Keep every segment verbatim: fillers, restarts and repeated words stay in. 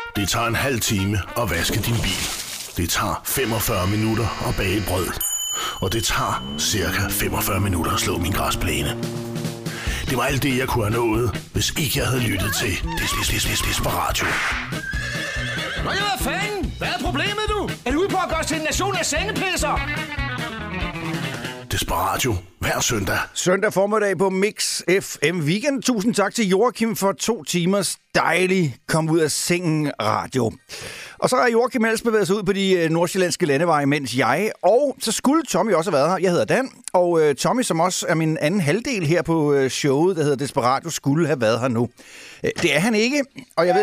Det tager en halv time at vaske din bil. Det tager femogfyrre minutter at bage brød. Og det tager cirka femogfyrre minutter at slå min græsplæne. Det var alt det, jeg kunne have nået, hvis ikke jeg havde lyttet til Desperatio. Nå ja, hvad fanden? Hvad er problemet, du? Er du ude på at gøre os til en nation af sengepisser? Desperatio hver søndag. Søndag formiddag på Mix F M Weekend. Tusind tak til Joachim for to timers dejlig kom ud af sengen radio. Og så har Joachim ellers bevæget sig ud på de nordsjællandske landeveje, mens jeg, og så skulle Tommy også have været her. Jeg hedder Dan, og uh, Tommy, som også er min anden halvdel her på uh, showet, der hedder Desperatio, skulle have været her nu. Uh, det er han ikke, og jeg ved...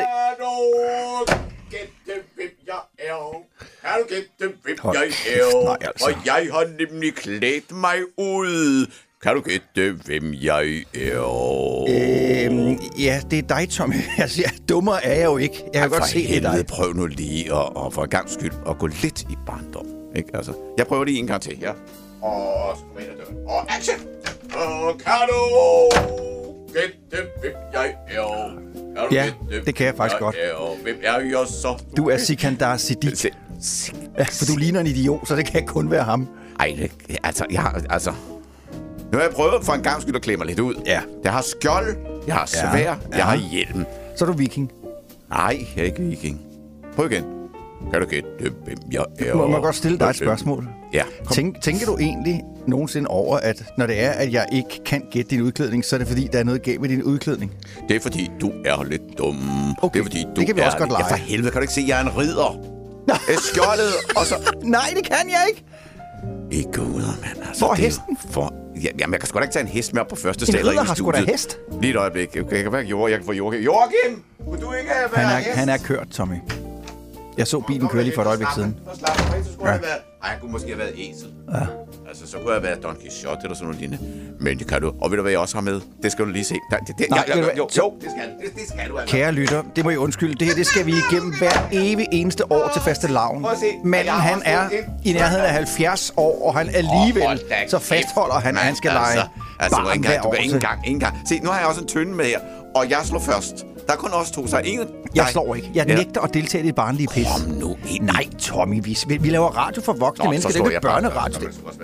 Gætte, hvem jeg er. Kan du gætte, hvem Hold jeg er? Nej, altså. Og jeg har nemlig klædt mig ud. Kan du gætte, hvem jeg er? Øhm, ja, det er dig, Tommy. Altså, ja, dummere er jeg jo ikke. Jeg kan Ej, godt se, det er dig. Prøv nu lige at, at for en gang skyld at gå lidt i barndom. Ikke? Altså, jeg prøver lige en gang til her. Og så kommer ind ad døren. Og action! Og kan du gætte, hvem jeg er? Ja, gætte, det kan jeg faktisk godt. Er, hvem er jeg så? Du er Sikandar Siddiq. Ja, for du ligner en idiot, så det kan kun være ham. Ej, det, altså, jeg har, altså... Nu har jeg prøvet for en gang skyld at klemme mig lidt ud. Ja. Jeg har skjold, jeg har svær, ja, ja. jeg har hjelm. Så er du viking. Nej, jeg er ikke viking. Prøv igen. Kan du gætte, hvem jeg er? Må jeg godt stille dig et spørgsmål? Ja. Tænk, tænker du egentlig nogensinde over, at når det er, at jeg ikke kan gætte din udklædning, så er det fordi, der er noget galt med din udklædning? Det er fordi, du er lidt dum. Okay, det er fordi, du det kan vi er også godt lege. Ja, for helvede, kan du ikke se, at jeg er en ridder? Jeg skjoldet, og så... Nej, det kan jeg ikke. Ikke ud, mand. Altså, Hvor er hesten? For... Ja, jamen, jeg kan sgu da ikke tage en hest med op på første sal. En ridder har sgu da hest. Lige et øjeblik. Okay, jeg kan være Joachim. Jeg kan få Joachim. Joachim! Kunne du ikke være han er, hest? Han er kørt, Tommy. Jeg så bilen køre lige for et øjeblik siden. Så slap mig. Så skulle ja. Været... Ej, jeg kunne måske have været æsel. Ja. Altså, så kunne jeg have været Don Quixote eller sådan noget lignende. Men det kan du. Og ved du, hvad jeg også har med? Det skal du lige se. Der, det, det, Nej, ja, jo, jo, jo, det skal, det, det skal du. Altså. Kære lytter, det må I undskylde. Det her, det skal vi igennem hver evig eneste år til fastelavn. Manden, han er i nærheden af halvfjerds år, og han alligevel så fastholder han, at han skal lege altså, barn hver år. Altså, en gang, en gang. Se, nu har jeg også en tønde med her, og jeg slår først. Der er kun også to, så en... Jeg slår ikke. Jeg nægter at deltage i det barnlige pis. Kom nu ind. Nej, Tommy, vi, vi laver radio for voksne Nå, mennesker. Det er ikke børneradio.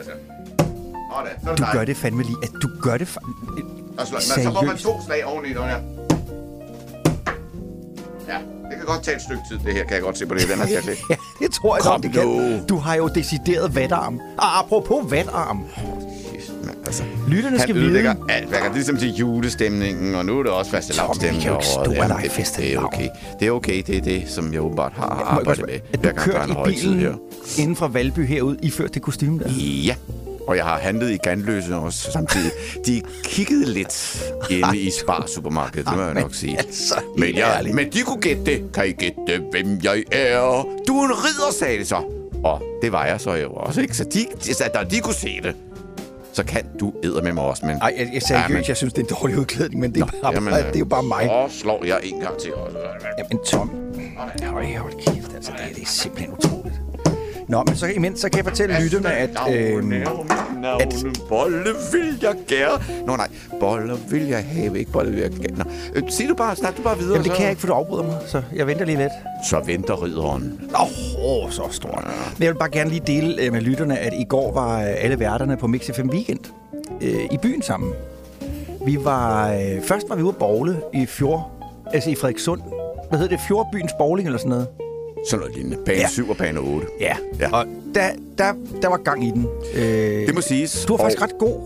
Du gør det fandme lige. Du gør det seriøst. Så får man to slag oveni. Ja, det kan godt tage et stykke tid, det her, kan jeg godt se på det. Den her ja, det tror jeg godt, det kan. Du har jo decideret vatarm. Ah, apropos vatarm. Altså, lytterne skal vide... Han ødelægger alt. Hvad kan ligesom til julestemningen, og nu er det også fastelavnstemning. Tommy, kan jo ikke stå dig fastelavn. Det er okay. Det er okay. Det er det, som jeg åbenbart har ja, arbejdet med. At du kørte i bilen inden fra Valby herud, iført det kostume der? Ja. Og jeg har handlet i Ganløse også samtidig. De kiggede lidt inde i Spar-supermarkedet, det må jeg nok sige. Altså, men, jeg, men de kunne gætte det. Kan I gætte, hvem jeg er? Du er en ridder, sagde det så. Og det var jeg så jo også, ikke? Så de, de, de kunne se det. Så kan du æde med mig også, men... Ej, jeg, jeg seriøst, ja, men... jeg synes, det er en dårlig udklædning, men det, Nå, er, bare, jamen, det er jo bare mig. Og slår jeg en gang til også. Jamen, Tom... Øj, hold kæft, altså, det, det er simpelthen utroligt. Nå, men så, imens, så kan jeg fortælle lytterne, at... Øh, at bolle vil jeg gerne... Nå nej, bolle vil jeg have, ikke bolle vil jeg gerne... Nå, øh, sig du bare, snak du bare videre. Jamen, det så... kan jeg ikke, for du afbryder mig, så jeg venter lige lidt. Så venter ridderen. Åh, oh, så stort. Ja. Men jeg vil bare gerne lige dele øh, med lytterne, at i går var øh, alle værterne på Mix F M Weekend øh, i byen sammen. Vi var... Øh, først var vi ude at bowle i Fjord... Altså i Frederikssund. Hvad hedder det? Fjordbyens bowling eller sådan noget? Sådan noget lignende. Bane ja. syv og bane otte. Ja, ja. Og der, der, der var gang i den. Øh, det må siges. Du var faktisk og, ret god.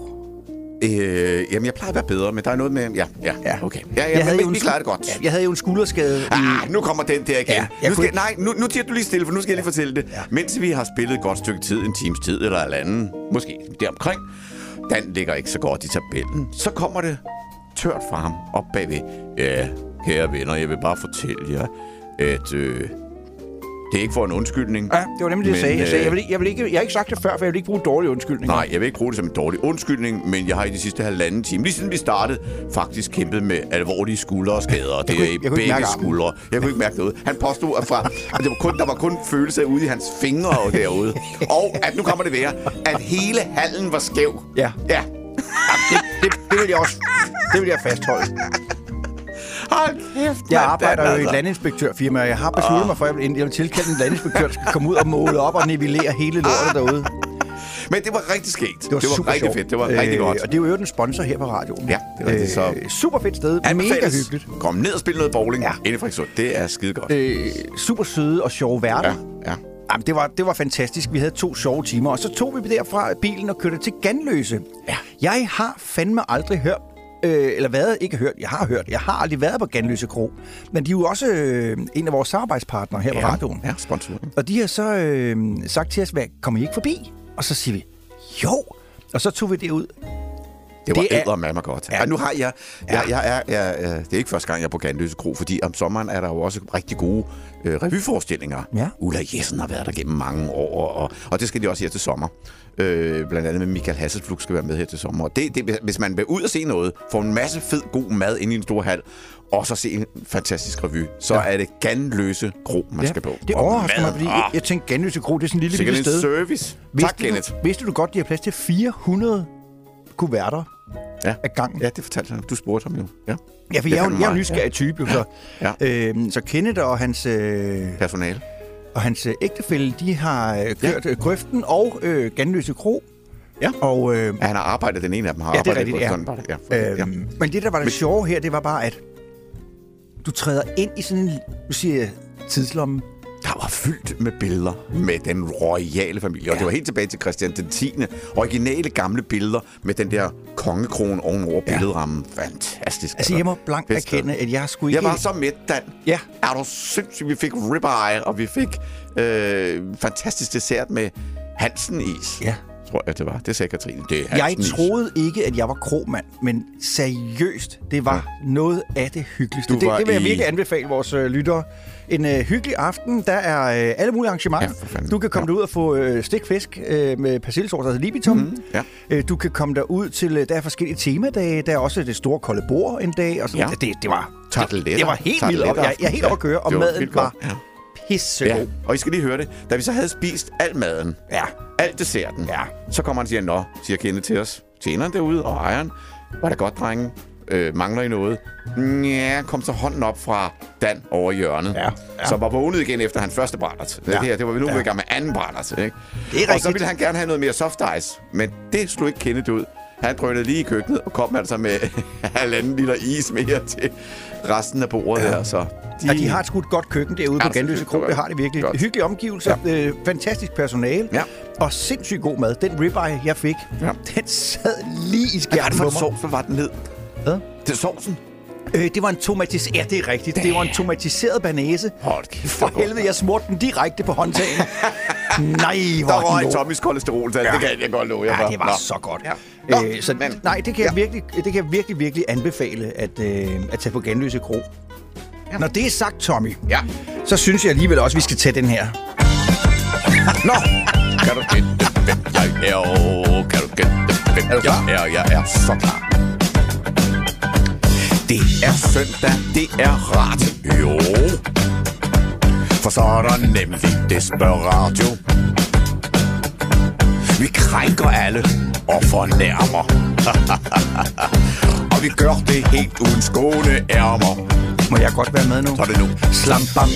Øh, jamen, jeg plejer at være bedre, men der er noget med... Ja, ja, ja. Okay. Ja, ja, jeg men, men vi klarer det godt. Ja, jeg havde jo en skulderskade. Ah, i... nu kommer den der igen. Ja, nu skal, ikke... Nej, nu, nu tiger du lige stille, for nu skal jeg lige fortælle det. Ja. Mens vi har spillet et godt stykke tid, en times tid eller en anden, måske deromkring, den ligger ikke så godt i tabellen. Så kommer det tørt fra ham op bagved. Ja, kære venner, jeg vil bare fortælle jer, at... Øh, det er ikke for en undskyldning. Ja, det var nemlig det, jeg sagde. Jeg, sagde jeg, vil ikke, jeg, vil ikke, jeg har ikke sagt det før, for jeg vil ikke bruge dårlig undskyldning. Nej, jeg vil ikke bruge det som en dårlig undskyldning, men jeg har i de sidste halvanden time, lige siden vi startede, faktisk kæmpet med alvorlige skuldreskader. Det er i begge skuldre. Jeg kunne ikke mærke noget. Han påstod, at, fra, at det var kun, der var kun følelser ude i hans fingre og derude. Og at nu kommer det være, at hele hallen var skæv. Ja. Ja. Det, det, det vil jeg også det vil jeg fastholde. Hold kæft, Jeg mand, arbejder Dan, jo i altså. et landinspektørfirma, og jeg har besluttet oh. mig for, at jeg vil tilkalde en landinspektør, der skal komme ud og måle op og nivellere hele lortet derude. Men det var rigtig skægt. Det var, det var super rigtig sjovt. fedt. Det var øh, rigtig godt. Og det er jo en sponsor her på radioen. Ja, det er rigtigt. Så øh, super fedt sted. Mega hyggeligt. Kom ned og spil noget bowling ja. inde i Frederikssund. Det er skide godt. Øh, super søde og sjove værter. Ja, ja. Jamen, det var, det var fantastisk. Vi havde to sjove timer, og så tog vi derfra bilen og kørte til Ganløse. Ja. Jeg har fandme aldrig hørt, øh, eller været, ikke hørt, jeg har hørt, jeg har aldrig været på Ganløse Kro. Men de er jo også øh, en af vores samarbejdspartnere her ja. på radioen. Ja, sponsoren. Og de har så øh, sagt til os, hvad, kommer I ikke forbi? Og så siger vi, jo. Og så tog vi det ud. Det var Det er- eddermame godt. Ja. Ja. Nu har jeg... jeg, jeg, jeg, jeg, jeg det er ikke første gang, jeg er på Ganløse Kro, fordi om sommeren er der jo også rigtig gode øh, revyforestillinger. Ja. Ulla Jessen har været der gennem mange år, og, og det skal de også her til sommer. Øh, blandt andet med Michael Hasselflug skal være med her til sommer. Og det, det, hvis man vil ud og se noget, få en masse fed, god mad inde i en stor hal, og så se en fantastisk revy, så ja. er det Ganløse Kro, man Ja, skal på. det Og overrasker mig, maden, fordi ah, jeg, jeg tænkte, Ganløse Kro, det er sådan en lille sikkert bitte en sted. service. Vidste Tak, Kenneth. Du, vidste du godt, de har plads til fire hundrede kuverter Ja. af gangen? Ja, det fortalte han. Du spurgte ham jo. Ja, Ja, for Det jeg er kan jo man jeg er jo meget. nysgerrig type, jo, så, Ja. øhm, så Kenneth og hans, øh, Personale. og hans øh, ægtefælle, de har øh, kørt øh, Grøften og øh, Ganløse Kro. Ja. Og, øh, Ja, han har arbejdet, den ene af dem har Ja, det er arbejdet rigtigt, på ja. sådan var det. Ja, for, øh, ja. Men det, der var det sjove her, det var bare, at du træder ind i sådan en, nu siger jeg, tidslomme. Der var fyldt med billeder med den royale familie. Ja. Og det var helt tilbage til Christian den tiende. Originale gamle billeder med den der kongekrone ovenover ja. billedrammen. Fantastisk. Altså, jeg må blankt Bedst erkende, at jeg skulle ikke... Jeg var så midt, Dan. Ja. Er du sindssygt? Vi fik ribeye, og vi fik øh, fantastisk dessert med Hansen-is. Ja. Tror jeg, det var. Det sagde Katrine. Det er Jeg Hansen-is. troede ikke, at jeg var kromand, men seriøst, det var ja. noget af det hyggeligste. Du Det, var det vil jeg i- virkelig anbefale vores øh, lyttere. En øh, hyggelig aften. Der er øh, alle mulige arrangementer. Ja, for fanden. Du kan komme Ja. derud og få øh, stikfisk øh, med persillesauce, altså libitum. Mhm, ja. øh, du kan komme derud til, øh, der er forskellige temadage. Der er også det store kolde bord en dag. Og sådan. Ja. Det, det, var, det, Tarteletter. det var helt vildt op. Jeg, jeg er helt Ja, oppe at køre, og det var maden vildt var godt. Ja. pissegod. Ja, og I skal lige høre det. Da vi så havde spist al maden, Ja. alt desserten, Ja. så kommer han og siger, nå, siger Kenneth til os, tjeneren derude og ejeren, var det godt, drenge? Øh, mangler I noget? Ja, kom så hånden op fra Dan over i hjørnet, Ja, ja. som var vågnet igen efter hans første brændert. Ja. Det her, det var vi nu Ja. ja. i gang med anden brændert, ikke? Det er Og så rigtigt. ville han gerne have noget mere soft ice, men det slog ikke Kenneth ud. Han drønede lige i køkkenet og kom altså med halvanden liter is mere til resten af bordet ja. her. Så De... Og de har et sgu et godt køkken derude Ja, på Ganløse det Kro. er Det har de virkelig. godt. Hyggelige omgivelser, ja. øh, fantastisk personale Ja. og sindssygt god mad. Den ribeye, jeg fik, Ja. den sad lige i Hvad var det skærmen for på en mig. sovs? Hvad var den hed? Hvad? Det er sovsen. Øh, det var en tomatiseret... Ja, det er rigtigt. Det var en tomatiseret banæse. Hold kæft, For hvor helvede, jeg smurte den direkte på håndtagen. Nej, hvor Der var den en god. Tommys kolesterol, ja. det kan jeg godt love jer Ja, for. det var Nå. så godt. Ja. Nå, Nå, øh, så, men- nej, det kan, jeg virkelig, det kan jeg virkelig, virkelig anbefale at, øh, at tage på Ganløse Kro. Ja. Når det er sagt, Tommy, Ja. så synes jeg alligevel også, at vi skal tage den her. Nå, kan du gætte, hvem jeg er? Kan du gætte, hvem Er du klar? jeg er? Jeg er så klar. Det er søndag, det er rart, jo. For så er der nemlig Desperatio. Vi krænker alle og fornærmer. Og vi gør det helt uden skåne ærmer. Må jeg godt være med nu? Så er det nu. Slam bam.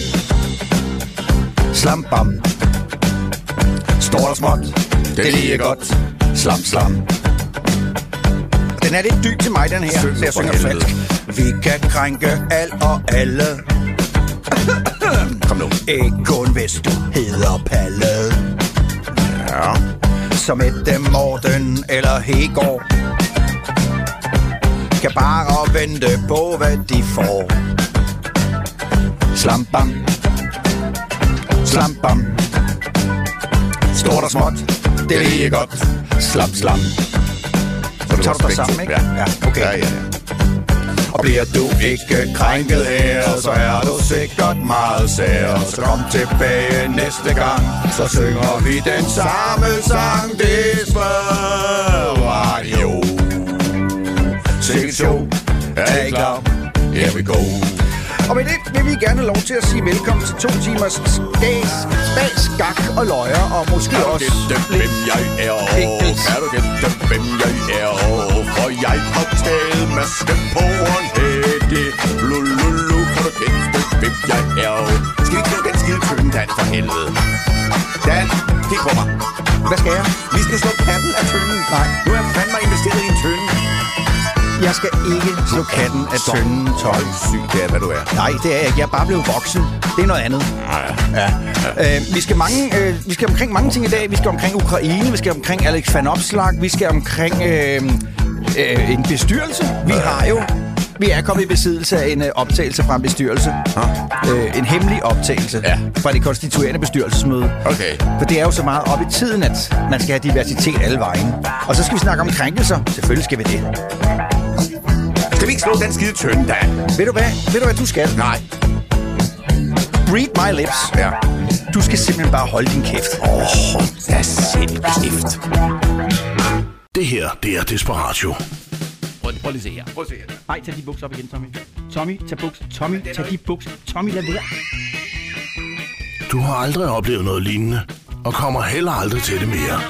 Slam bam. Står der småt, det er lige godt. Slam slam. Den er lidt dyb til mig, den her. Syng Så jeg for synger helvede. falsk. Vi kan krænke alt og alle. Kom nu. Ikke kun hvis du hedder Palle. Ja. Som Ette Morten eller Hegård. Kan bare vente på, hvad de får. Slam bam. Slam bam. Står der småt, det er lige godt. Slam slam. Så det Tager var du dig begge sammen, to. ikke? Ja, Ja, okay. Ja, ja, ja. Og bliver du ikke krænket her, så er du sikkert meget sær. Så kom tilbage næste gang, så synger vi den samme sang. Desperatio. Sikkert show. Er I klar? Here we go. Og med det vil vi gerne have lov til at sige velkommen til to timers spas, spas, skak og løjer, og måske Kan du også gætte, hvem jeg er? Enkelt. Kan du gætte, hvem jeg er? For jeg har taget masken på en hæt. det. Lululu, kan du gætte, hvem jeg er? Skal vi ikke slå den skide tønden, Dan, for helvede? Dan, kig på mig. Hvad skal jeg? Vi skal slå katten af tønden. Nej. Nu er jeg fandme investeret i en tønde. Jeg skal ikke slå katten af tønden, Tommy. Syg, det er, hvad du er. Nej, det er jeg ikke. Jeg er bare blevet voksen. Det er noget andet. Ja. Ja. Øh, vi, skal mange, øh, vi skal omkring mange ting i dag. Vi skal omkring Ukraine, vi skal omkring Alex van Opslark, vi skal omkring øh, øh, en bestyrelse. Vi har jo... Vi er kommet i besiddelse af en øh, optagelse fra en bestyrelse. Øh, en hemmelig optagelse ja. fra det konstituerende bestyrelsesmøde. Okay. For det er jo så meget op i tiden, at man skal have diversitet alle vejen. Og så skal vi snakke om krænkelser. Selvfølgelig skal vi det. Skal vi ikke slå den skide tønde, da? Ved du hvad? Ved du hvad du skal? Nej. Read my lips. Ja. Du skal simpelthen bare holde din kæft. Åh, oh, da selv kæft. Det her, det er Desperatio. Prøv, prøv lige se her. Prøv at se her. Nej, tag de bukser op igen, Tommy. Tommy, tag bukser. Tommy, tag de bukser. Tommy, lad være. Du har aldrig oplevet noget lignende, og kommer heller aldrig til det mere.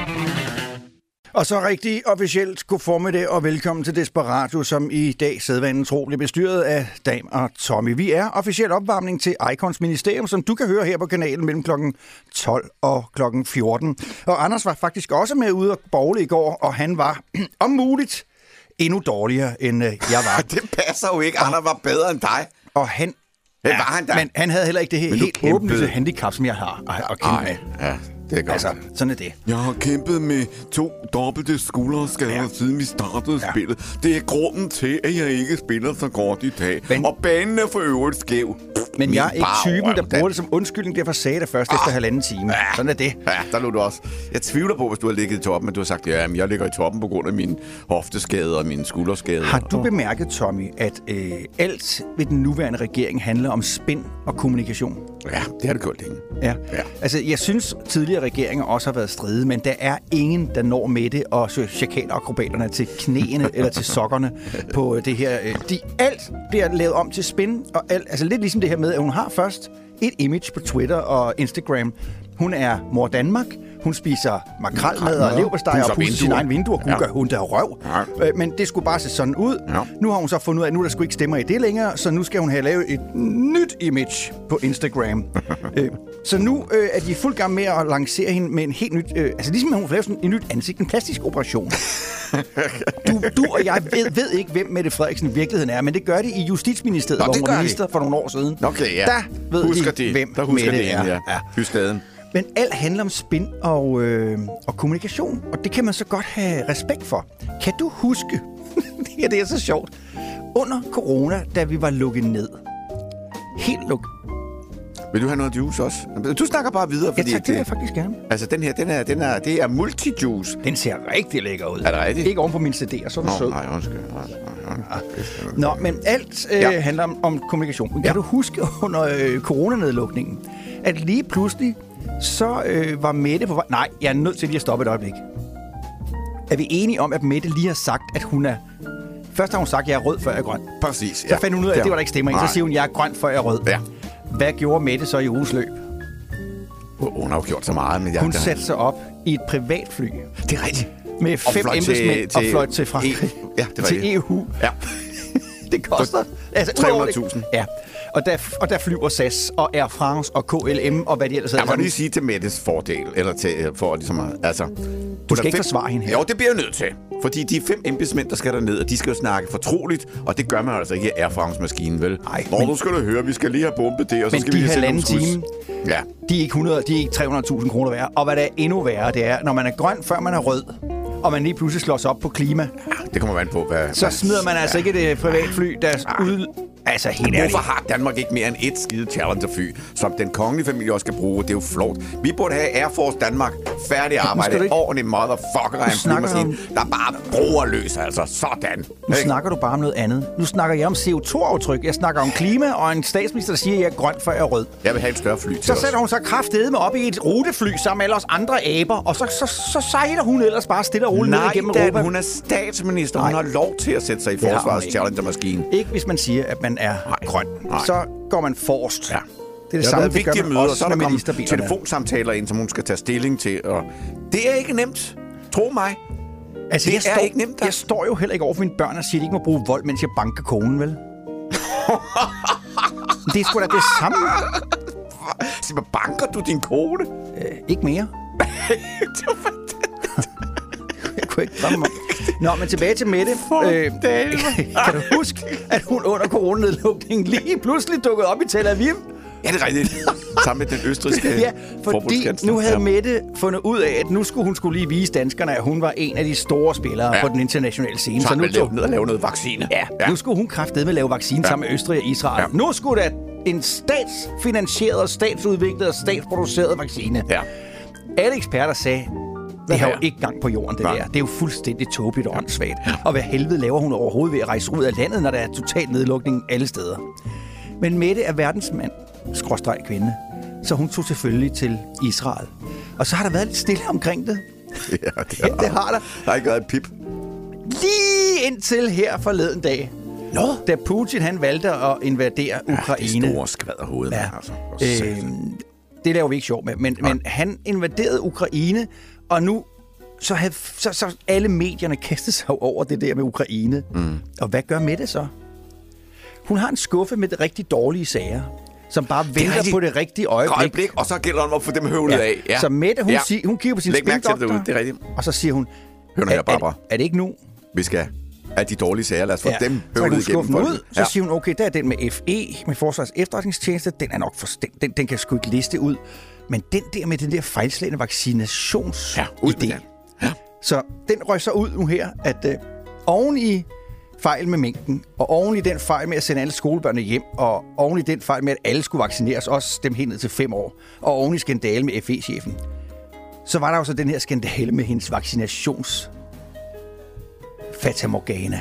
Og så rigtig officielt god formiddag og velkommen til Desperatio, som i dag sædvanen tro bliver bestyret af Dam og Tommy. Vi er officiel opvarmning til Icons Ministerium, som du kan høre her på kanalen mellem klokken tolv og klokken fjorten. Og Anders var faktisk også med ude og bowle i går, og han var om muligt endnu dårligere, end jeg var. Det passer jo ikke. Anders var bedre end dig. Og han... Ja, var han der? Men han havde heller ikke det her helt åbenlyse handicap, som jeg har at kæmpe med. Ja, det er godt. Altså, sådan er det. Jeg har kæmpet med to dobbelte skulderskader, ja. siden vi startede ja. spillet. Det er grunden til, at jeg ikke spiller så godt i dag. Men, og banen er for øvrigt skæv. Men Min jeg er ikke typen, der røv, bruger det som undskyldning. Derfor sagde jeg det først ah. efter halvanden time. Ja. Sådan er det. Ja, der lå du også. Jeg tvivler på, hvis du har ligget i toppen, men du har sagt, ja, men jeg ligger i toppen på grund af mine hofteskader og mine skulderskader. Har du bemærket, Tommy, at øh, alt ved den nuværende regering handler om spin og kommunikation? Ja, det har det gjort længe. Ja. ja. Altså, jeg synes, tidligere regeringer også har været stride, men der er ingen, der når Mette og chakatakrobaterne til knæene eller til sokkerne på det her. De, alt bliver lavet om til spin, og alt, altså lidt ligesom det her med, at hun har først et image på Twitter og Instagram. Hun er mor Danmark. Hun spiser makrelmad og leverpostej og pusser sine egne vinduer. Hun ja. gør hun der røv. Ja. Men det skulle bare se sådan ud. Ja. Nu har hun så fundet ud af, at nu der skulle ikke stemmer i det længere, så nu skal hun have lavet et nyt image på Instagram. Så nu øh, er de i fuld gang med at lancere hende med en helt nyt... Øh, altså ligesom hun har lavet sådan en nyt ansigt, en plastisk operation. Du, du og jeg ved, ved ikke, hvem Mette Frederiksen i virkeligheden er, men det gør det i Justitsministeriet, Nå, hvor hun var minister de. for nogle år siden. Okay, ja. Der ved husker de, de, hvem der husker Mette de, er. Ja. Ja. Husgaden. Men alt handler om spin og, øh, og kommunikation, og det kan man så godt have respekt for. Kan du huske, det her det er så sjovt, under corona, da vi var lukket ned, helt lukket. Vil du have noget juice også? Du snakker bare videre, fordi... Ja, tak, det vil jeg faktisk gerne. Altså, den her, den er, den er, det er multijuice. Den ser rigtig lækker ud. Er det rigtigt? Ikke oven på min C D'er, så er du Nå, sød. nej, undskyld. Ja. Nå, men alt øh, ja. handler om, om kommunikation. Kan ja. du huske under øh, coronanedlukningen, at lige pludselig, så øh, var Mette på vej... Nej, jeg er nødt til lige at stoppe et øjeblik. Er vi enige om, at Mette lige har sagt, at hun er... Først har hun sagt, at jeg er rød, før jeg er grøn. Præcis, ja. Så fandt hun ud af, at det var der ikke stemmer i. Så siger hun, at jeg er grøn, før jeg er rød. Ja. Hvad gjorde Mette så i uges løb? Hun har jo gjort så meget. Men jeg, hun der... satte sig op i et privatfly. Det er rigtigt. Med fem embedsmænd og fløjt til Frankrig. E- ja, det til E U. Ja. Det koster... Altså, tre hundrede tusind. Ja. Og der, og der flyver S A S og Air France og K L M og hvad de ellers hedder. Jeg må lige sige til Mettes fordel, eller til, for ligesom at, altså... Du skal ikke fem, forsvare hende her. Jo, det bliver jeg nødt til. Fordi de fem embedsmænd, der skal derned, og de skal jo snakke fortroligt, og det gør man altså ikke i Air France-maskinen, vel? Ej, Nå, men, nu skal du høre, vi skal lige have bombet det, og så skal vi lige sætte nogle Men de halvanden time, ja. de er ikke hundrede, de er ikke tre hundrede tusind kroner værd. Og hvad der er endnu værre, det er, når man er grøn, før man er rød, og man lige pludselig slår sig op på klima. Ja, det kommer man på, hvad... Så smider man altså ja. ikke et privatfly, der ja. ud... Altså, helt ærligt. Hvorfor har Danmark ikke mere end et skide Challenger-fly, som den kongelige familie også skal bruge? Det er jo flot. Vi burde have Air Force Danmark færdig arbejde. Ordentlig motherfucker af en flymaskine, der bare bruger løs, altså. Sådan. Nu snakker du bare om noget andet. Nu snakker jeg om C O to aftryk. Jeg snakker om klima og en statsminister, der siger, at jeg er grøn, før jeg er rød. Jeg vil have et større fly til Så os. sætter hun så kraftedeme op i et rutefly sammen med alle os andre aber, og så, så, så sejler hun ellers bare stille og roligt ned igennem Dan, Europa. hun er statsminister. Nej. Hun har lov til at sætte sig i forsvarets Challenger-maskine. Ikke hvis man siger, at man er Nej. grøn. Nej. Så går man forrest. Ja. Det er det der samme, det vigtige gør man møder, så er der kommet kommet telefonsamtaler ind, som hun skal tage stilling til. Og det er ikke nemt. Tro mig. Altså, det jeg er står, ikke nemt. Der. Jeg står jo heller ikke over for mine børn og siger, at de ikke må bruge vold, mens jeg banker konen, vel? Det er sgu da det samme. Så banker du din kone? Øh, ikke mere. Jeg kunne ikke drømme mig. Nå, men tilbage til Mette. Øh, kan du huske, at hun under coronanedlukningen lige pludselig dukkede op i Tel Aviv? Ja, det er rigtigt. Sammen med den østrigske ja, fordi nu havde ja. Mette fundet ud af, at nu skulle hun skulle lige vise danskerne, at hun var en af de store spillere ja. på den internationale scene. Så, så nu tog ned og lave noget vaccine. Ja, ja, nu skulle hun kraftedeme lave vaccine ja. sammen med Østrig og Israel. Ja. Nu skulle der en statsfinansieret, statsudviklet og statsproduceret vaccine. Ja. Alle eksperter sagde, det har jo ikke gang på jorden, det Nej. der. Det er jo fuldstændig tåbeligt og åndssvagt. Ja. Og hvad helvede laver hun overhovedet ved at rejse ud af landet, når der er total nedlukning alle steder? Men Mette er verdensmand, skråstreg kvinde, så hun tog selvfølgelig til Israel. Og så har der været lidt stille omkring det. Ja, det har, det har der. Der har ikke været et pip. Lige indtil her forleden dag. Nå? Da Putin han valgte at invadere ja, Ukraine. Det store skvaderhoved. Ja. Altså. Øh, det laver vi ikke sjov med. Men, ja. men han invaderede Ukraine, og nu så havde så, så alle medierne kastet sig over det der med Ukraine. Mm. Og hvad gør Mette så? Hun har en skuffe med de rigtig dårlige sager, som bare venter rigtig, på det rigtige øjeblik. øjeblik. Og så gælder det om at få dem høvlet ja. af. Ja. Så Mette, hun, ja. sig, hun kigger på sin spindoktor, det det er rigtigt. Og så siger hun, Hør her, Barbara. Er, er det ikke nu? Vi skal have de dårlige sager, lad os få ja. dem høvlet igennem. Så ud, så ja. siger hun, okay, der er den med F E, med Forsvars Efterretningstjeneste, den er nok for den, den kan sgu ikke liste ud. Men den der med den der fejlslagende vaccinations ja, idé. Ja. Så den røg så ud nu her, at øh, oven i fejl med mængden, og oven i den fejl med at sende alle skolebørnene hjem, og oven i den fejl med, at alle skulle vaccineres, også dem helt ned til fem år, og oven i skandale med F E-chefen, så var der jo så den her skandale med hendes vaccinations fatamorgana.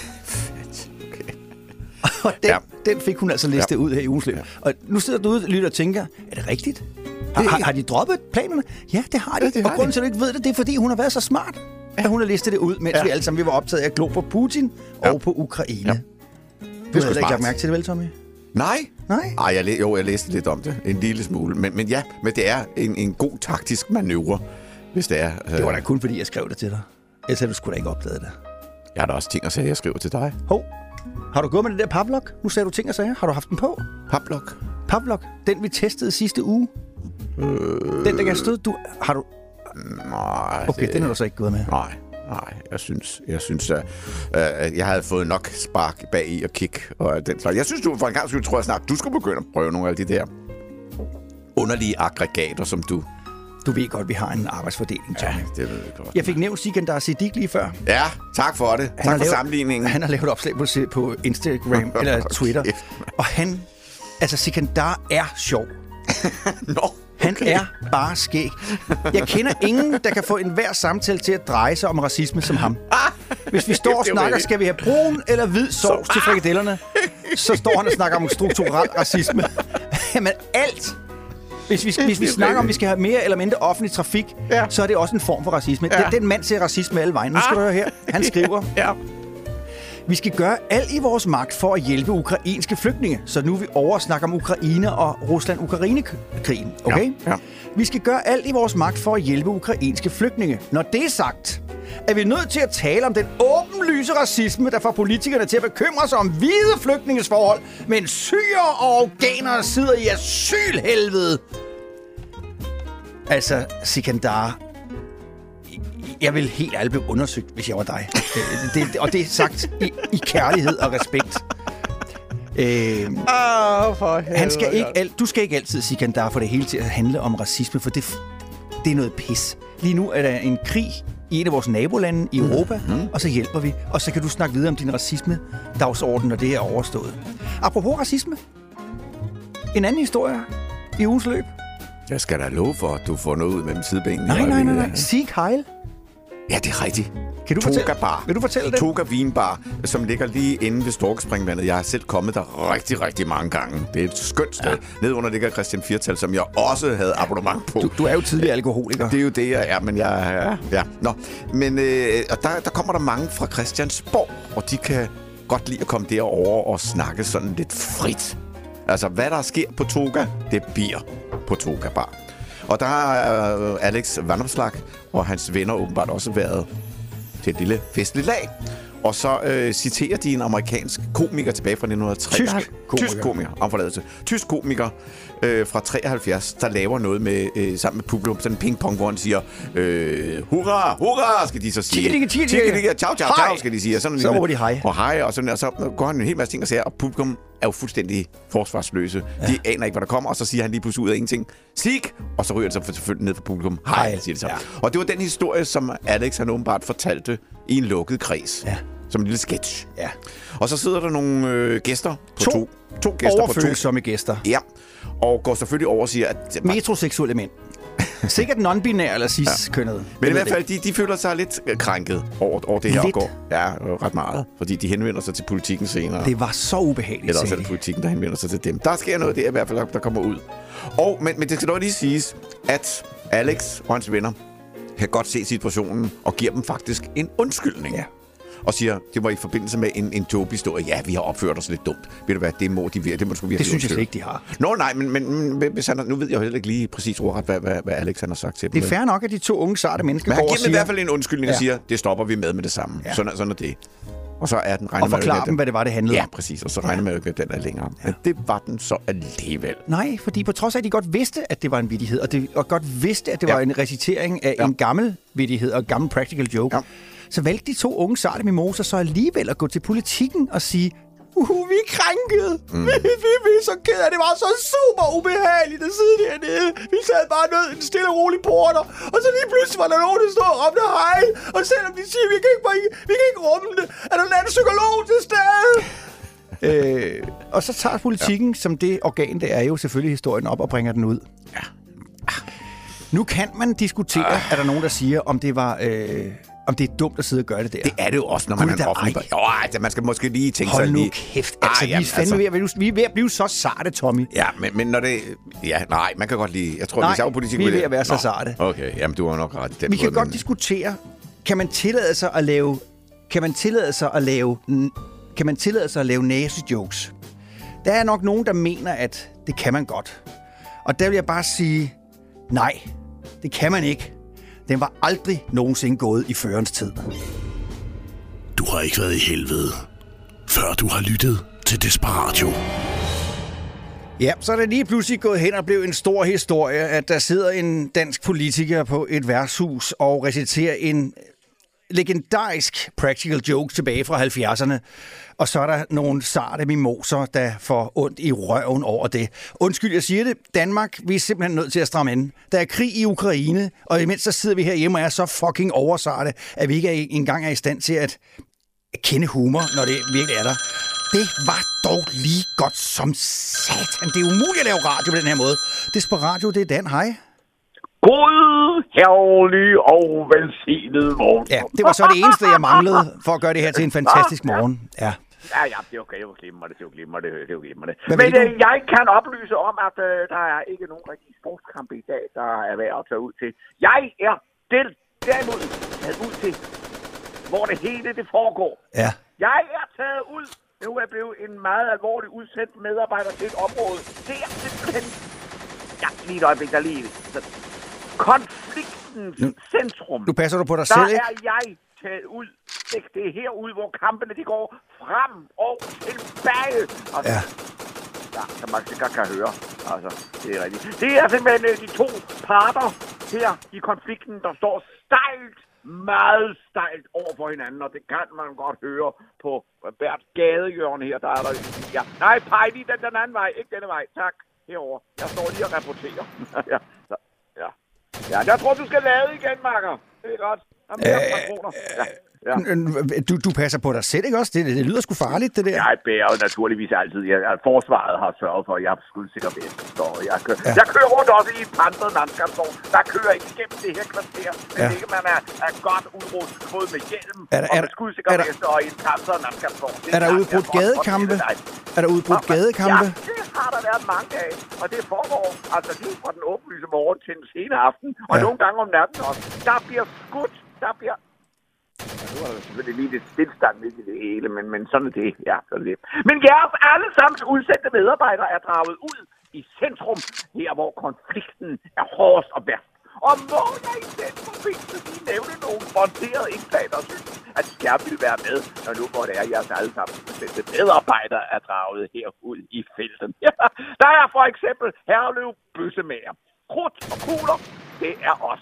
Okay. Og den, ja. den fik hun altså listet ja. ud her i ugens løb. Ja. Og nu sidder du ude og lytter og tænker, er det rigtigt? Har, det, har, har de droppet planerne? Ja, det har de. Ja, det har og grunden til, at du ikke ved det, det er, fordi hun har været så smart, ja. at hun har listet det ud, mens ja. vi alle sammen vi var optaget af at glo på Putin ja. og på Ukraine. Ja. Du havde ikke lagt mærke til det, vel, Tommy? Nej. Nej? Ej, jeg læ- jo, jeg læste lidt om det. En lille smule. Men, men ja, men det er en, en god taktisk manøvre, hvis det er. Øh... Det var da kun, fordi jeg skrev det til dig. Ellers havde du sgu da ikke opdaget det. Jeg har da også ting at sige, jeg skriver til dig. Hov. Har du gået med den der Pavlok? Nu sagde du ting at sige. Har du haft den på? Pavlok? Pavlok. Den, vi testede sidste uge. Øh... Den, der kan støde. Du... Har du... Nej. Okay, det... den har du så ikke gået med. Nej. Nej, jeg synes, jeg synes, at uh, jeg havde fået nok spark bag i og kick og den slags. Jeg synes, du for en gang skyld tror jeg snart, du skulle begynde at prøve nogle af de der underlige aggregater, som du... Du ved godt, vi har en arbejdsfordeling, Tommy. Ja, det ved jeg godt. Jeg fik nævnt Sikandar Siddiq lige før. Ja, tak for det. Han tak for lavet, sammenligningen. Han har lavet opslag på, på Instagram eller Twitter. Okay. Og han... Altså, Sikandar er sjov. Nå. Han okay. er bare skæg. Jeg kender ingen, der kan få enhver samtale til at dreje sig om racisme som ham. Hvis vi står og snakker, skal vi have brun eller hvid sovs til frikadellerne, så står han og snakker om strukturel racisme. Jamen alt. Hvis vi, hvis vi snakker om, at vi skal have mere eller mindre offentlig trafik, ja. så er det også en form for racisme. Ja. Den mand ser racisme alle vejen. Nu skal du høre her. Han skriver... Ja. Vi skal gøre alt i vores magt for at hjælpe ukrainske flygtninge. Så nu er vi over at snakke om Ukraine og Rusland-Ukraine-krigen. Okay? Ja, ja. Vi skal gøre alt i vores magt for at hjælpe ukrainske flygtninge. Når det er sagt, er vi nødt til at tale om den åbenlyse racisme, der får politikerne til at bekymre sig om hvide flygtninges forhold, mens syrer og afghanere sidder i asylhelvede. Altså, Sikandar... Jeg vil helt ærligt blive undersøgt, hvis jeg var dig. Det, det, og det er sagt i, i kærlighed og respekt. Øh, oh, for han skal ikke al, du skal ikke altid, Sikandar, for det hele til at handle om racisme, for det, det er noget pis. Lige nu er der en krig i et af vores nabolande i Europa, mm. og så hjælper vi. Og så kan du snakke videre om din racisme-dagsorden, når det er overstået. Apropos racisme. En anden historie i ugens løb. Jeg skal da love for, at du får noget ud mellem sidebenene. Nej, nej, nej, nej. Sieg Heil. Ja, det er rigtigt. Kan du Toga fortælle? Bar. Vil du fortælle det? Toga Vinbar, som ligger lige inde ved Storkespringvandet. Jeg har selv kommet der rigtig, rigtig mange gange. Det er et skønt sted. Ja. Nede under ligger Christian Firtal, som jeg også havde abonnement på. Du, du er jo tidligere alkoholiker. Det er jo det, jeg er, men jeg ja, ja. Nå, men øh, og der, der kommer der mange fra Christiansborg, og de kan godt lide at komme derover og snakke sådan lidt frit. Altså, hvad der sker på Toga, det bliver på Toga Bar. Og der har øh, Alex Vanopslagh og hans venner åbenbart også været til et lille festligt lag. Og så øh, citerer de en amerikansk komiker tilbage fra nitten treoghalvfjerds. Tysk komiker. Tysk komiker, om forladelse. Tysk komiker øh, fra treoghalvfjerds, der laver noget med, øh, sammen med publikum, sådan en pingpong, hvor han siger, øh, hurra, hurra, skal de så sige. Tikke, tikke, tikke. Ciao, ciao, ciao, skal de sige. Og sådan, så råber de hej. Og hej, og, sådan, og så går han en hel masse ting og siger, og publikum er jo fuldstændig forsvarsløse. Ja. De aner ikke, hvad der kommer, og så siger han lige pludselig ud af ingenting, sig, og så ryger det så selvfølgelig ned for publikum. Hej, siger det så. Ja. Og det var den historie, som Alex han åbenbart fortalte i en lukket kreds. Ja. Som en lille sketch. Ja. Og så sidder der nogle øh, gæster på to, to, to gæster overfølsomme gæster. Ja. Og går selvfølgelig over og siger, at metroseksuelle mænd. Sikkert non-binære eller cis-kønnede. Ja. Men i hvert fald, de, de føler sig lidt krænket over, over det her lidt. Og går. Ja, ret meget. Fordi de henvender sig til politikken senere. Det var så ubehageligt. Eller også er det politikken, der henvender sig til dem. Der sker noget der i hvert fald, der kommer ud. Og, men, men det skal dog lige siges, at Alex og hans venner kan godt se situationen og giver dem faktisk en undskyldning. Ja. Og siger, det var i forbindelse med en, en joke-historie. Ja, vi har opført os lidt dumt. Ved du hvad, det må de virkelig. Det, må sgu virkelig det synes jeg slet ikke, de har. Nå, nej, men, men hvis han, nu ved jeg jo heller ikke lige præcis ordret, hvad, hvad, hvad Alex han har sagt til dem. Det er fair nok, at de to unge, sarte mennesker men går og siger... Men han giver dem siger... i hvert fald en undskyldning ja. Og siger, det stopper vi med med det samme. Ja. Sådan, sådan er det. Og så er den regner og forklare dem, den... hvad det var, det handlede om. Ja, præcis. Og så regner man jo ikke, at den er længere. Ja. Men det var den så alligevel. Nej, fordi på trods af, at de godt vidste, at det var en vittighed, og, det, og godt vidste, at det ja. var en recitering af ja. en gammel vittighed og en gammel practical joke, ja. så valgte de to unge sarte mimoser så alligevel at gå til politikken og sige, uh, vi er krænket. Mm. Vi, vi, vi er så ked af det. var så super ubehageligt at sidde dernede. Vi sad bare ned i en stille og rolig porter, og så lige pludselig var der nogen, der stod og råbte hej. Og selvom de siger, vi kan ikke, bare, vi kan ikke rumme det, er der en anden psykolog til stede. øh, og så tager politikken, ja. som det organ, det er jo selvfølgelig historien op og bringer den ud. Ja. Nu kan man diskutere, ah. er der nogen, der siger, om det var... Øh, om det er dumt at sidde og gøre det der. Det er det jo også, når man er offentlig. Jo, altså, man skal måske lige tænke Hold sig nu lige... kæft. Altså, Ej, vi, er altså... ved at, vi er ved at blive så sarte, Tommy. Ja, men, men når det... Ja, nej, man kan godt lige... Jeg tror, nej, hvis jeg var politik... vi er ved at være så sarte. Okay, jamen du har nok ret i den Vi måde, kan godt men... diskutere, kan man tillade sig at lave... Kan man tillade sig at lave... Kan man tillade sig at lave næse-jokes? Der er nok nogen, der mener, at det kan man godt. Og der vil jeg bare sige... Nej, det kan man ikke. Den var aldrig nogensinde gået i førens tid. Du har ikke været i helvede, før du har lyttet til Desperatio. Ja, så er det lige pludselig gået hen og blev en stor historie, at der sidder en dansk politiker på et værtshus og reciterer en legendarisk practical joke tilbage fra halvfjerdserne. Og så er der nogle sarte mimoser, der får ondt i røven over det. Undskyld, jeg siger det. Danmark, vi er simpelthen nødt til at stramme ind. Der er krig i Ukraine, og imens så sidder vi herhjemme og er så fucking oversarte, at vi ikke engang er i stand til at kende humor, når det virkelig er der. Det var dog lige godt som satan. Det er umuligt at lave radio på den her måde. Desperatio, det er Dan. Hej. God, herlig og velsignet morgen. Ja, det var så det eneste, jeg manglede for at gøre det her til en fantastisk morgen. Ja. Ja, ja, det er okay. Det var glimrende, det var glimrende, det var glimrende. Men øh, jeg kan oplyse om, at øh, der er ikke nogen rigtig sportskamp i dag, der er værd at tage ud til. Jeg er del, derimod taget ud til, hvor det hele det foregår. Ja. Jeg er taget ud. Nu er jeg blevet en meget alvorlig udsendt medarbejder til et område. Det er simpelthen... Ja, lige et øjeblik, der lige... Så... Konfliktens nu, centrum. Nu passer du på dig der selv, ikke? Der er jeg taget ud. Det er herude, hvor kampene de går frem og tilbage. Altså, ja. Ja, som man sikkert kan høre. Altså, det er rigtigt. Det er simpelthen de to parter her i konflikten, der står stejlt, meget stejlt over for hinanden, og det kan man godt høre på hvert gadehjørne her. Der er der... Ja. Nej, pej lige den, den anden vej, ikke denne vej. Tak. Herover. Jeg står lige og rapporterer. ja. Så, ja. Ja, jeg tror, du skal lade igen, makker. Det er godt. Der er mere ja. Ja. Du, du passer på dig selv, ikke også? Det, det lyder sgu farligt, det der. Jeg bærer jo naturligvis altid. Jeg, forsvaret har sørget for, at jeg har skuldsikker vest. Jeg, kø, ja. jeg kører rundt også i en pansret landskabsvogn. Der kører ikke igennem det her kvarter. Men ja. ikke man er, er godt udrustet både med hjelm er der, og med skuldsikker vest og i en pansret landskabsvogn. Er der udbrudt gadekampe? Er der udbrudt gadekampe? Ja, det har der været mange af. Og det foregår altså lige fra den åbenlyse morgen til den sene aften. Og ja. nogle gange om natten også. Der bliver skudt. Der bliver... Ja, nu er der selvfølgelig lige lidt stillstand i det hele, men, men sådan er det. Ja, sådan er det. Men jeres allesammens udsendte medarbejdere er draget ud i centrum, her hvor konflikten er hårdest og værst. Og må jeg i den forbindelse lige nævne nogle sponserede indslag, der synes, at de gerne vil være med, når nu hvor det er, jeres alle sammen medarbejdere er draget herud i felten. Der er for eksempel Herlev Bøssemager. Krudt og kugler, det er os.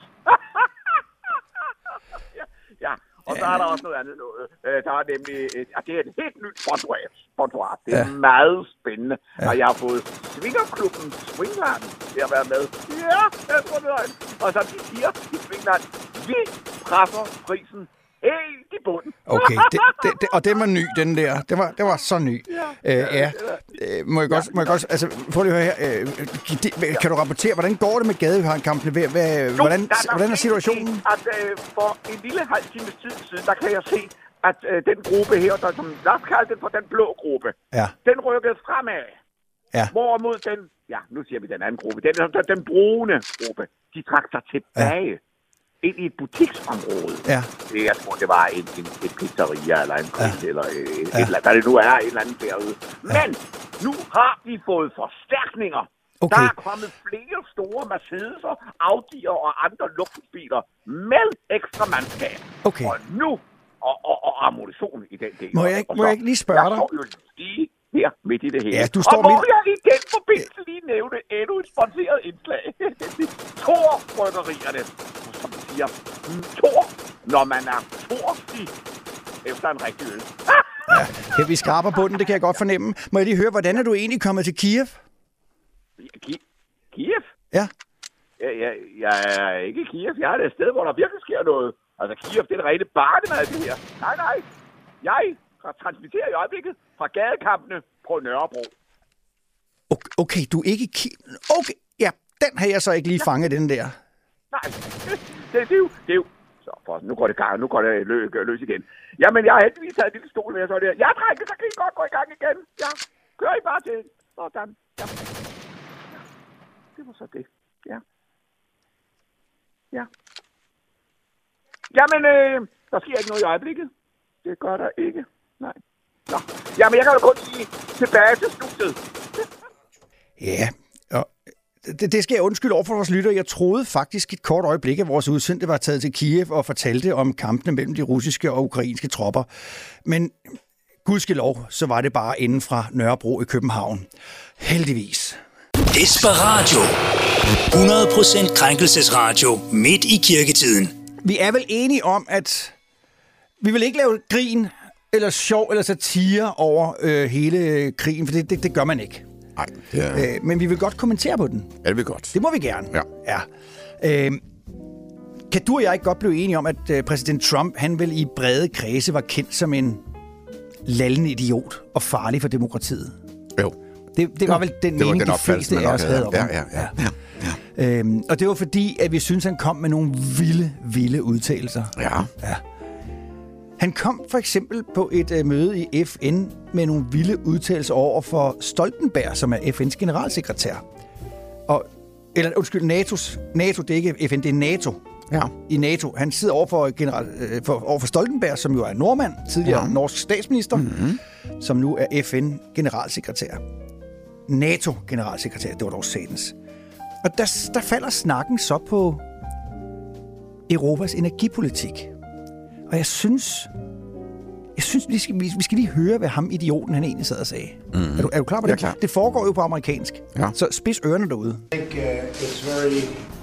ja, ja. Og så er der også noget andet noget. Der er nemlig et, ja, det er et helt nyt sponsorat. Det er ja. meget spændende. Ja. Og jeg har fået Svingerklubben Swingland til at være med. Ja, jeg tror det er. Og som de siger i Swingland, vi presser prisen helt i bunden. Okay, det, det, det, og den var ny, den der. Det var, det var så ny. Ja. Øh, ja. Øh, må jeg godt, må jeg godt, altså, prøv lige at høre her. Øh, det, kan du rapportere, hvordan går det med gadekampene? Hvordan, hvordan er situationen? At, øh, for en lille halv times tid siden, der kan jeg se, at øh, den gruppe her, der, som lad os kalde den for den blå gruppe, ja. den rykkede fremad. Ja. Hvorimod den, ja, nu siger vi den anden gruppe, den, den, den brune gruppe, de trak sig tilbage. Ja. Ind i et butiksområde. Ja. Det, jeg tror, det var en, en, en pizzeria eller en grill, ja. eller et, ja. et eller andet, hvad det nu er, et eller andet derude. Ja. Men nu har vi fået forstærkninger. Okay. Der er kommet flere store Mercedes'er, Audi'er og andre luksusbiler med ekstra mandskab. Okay. Og nu, og, og, og ammunition i den del. Må jeg, ikke, må jeg ikke lige spørge dig? Jeg står jo lige her midt i det hele. Ja, du står og må midt... jeg i den forbindelse lige nævne endnu et sponsoreret indslag. Thor-bryggerierne. Som siger, Thor, når man er torstig efter en rigtig øl. Ja, vi skraber på den, det kan jeg godt fornemme. Må jeg lige høre, hvordan er du egentlig kommet til Kiev? Ki- Kiev? Ja. Jeg, jeg, jeg er ikke i Kiev. Jeg er et sted, hvor der virkelig sker noget. Altså, Kiev, det er det rene barnemad, det her. Nej, nej. Jeg transmitterer i øjeblikket fra gadekampene på Nørrebro. Okay, okay du er ikke i Kiev. Okay, ja, den har jeg så ikke lige fanget, den der. Nej, det, det, det er jo... Det er jo. Så for, nu går det gang, nu går det lø, løs igen. Jamen, jeg har heldigvis taget en lille stol med, så det jeg trækker, så kan I godt gå i gang igen. Ja, kører I bare til. Sådan. Ja. Ja. Det var så det. Ja. Ja. Jamen, øh, der sker ikke noget i øjeblikket. Det gør der ikke. Nej. Nå. Jamen, jeg kan jo kun sige tilbage til studiet. Ja, og det, det skal jeg undskylde over for vores lytter. Jeg troede faktisk et kort øjeblik, at vores udsendte var taget til Kiev og fortalte om kampene mellem de russiske og ukrainske tropper. Men gudskelov, så var det bare inden fra Nørrebro i København. Heldigvis. Desperatio. hundrede procent krænkelsesradio midt i kirketiden. Vi er vel enige om, at vi vil ikke lave grin eller sjov eller satire over øh, hele krigen, for det, det, det gør man ikke. Nej. Er... Øh, men vi vil godt kommentere på den. Ja, det vil godt. Det må vi gerne. Ja. ja. Øh, kan du og jeg ikke godt blive enige om, at øh, præsident Trump, han vel i brede kredse var kendt som en lallende idiot og farlig for demokratiet? Jo. Det, det var vel den det mening, de fleste af os havde om. Ja, ja, ja. ja. ja. Øhm, og det var fordi, at vi synes, han kom med nogle vilde, vilde udtalelser. Ja. ja. Han kom for eksempel på et øh, møde i F N med nogle vilde udtalelser over for Stoltenberg, som er F N's generalsekretær. Og, eller undskyld, NATO's. NATO, det er ikke F N, det er NATO. Ja. I NATO. Han sidder over for, general, øh, for, over for Stoltenberg, som jo er nordmand, tidligere ja. norsk statsminister, mm-hmm. som nu er F N-generalsekretær. NATO-generalsekretær, det var dog satans. Og der, der falder snakken så på Europas energipolitik. Og jeg synes, jeg synes vi, skal, vi skal lige høre, hvad ham idioten han egentlig sad og sagde. Mm-hmm. Er, du, er du klar på det? Klar. Det foregår jo på amerikansk. Ja. Så spids ørerne derude. I think uh, it's very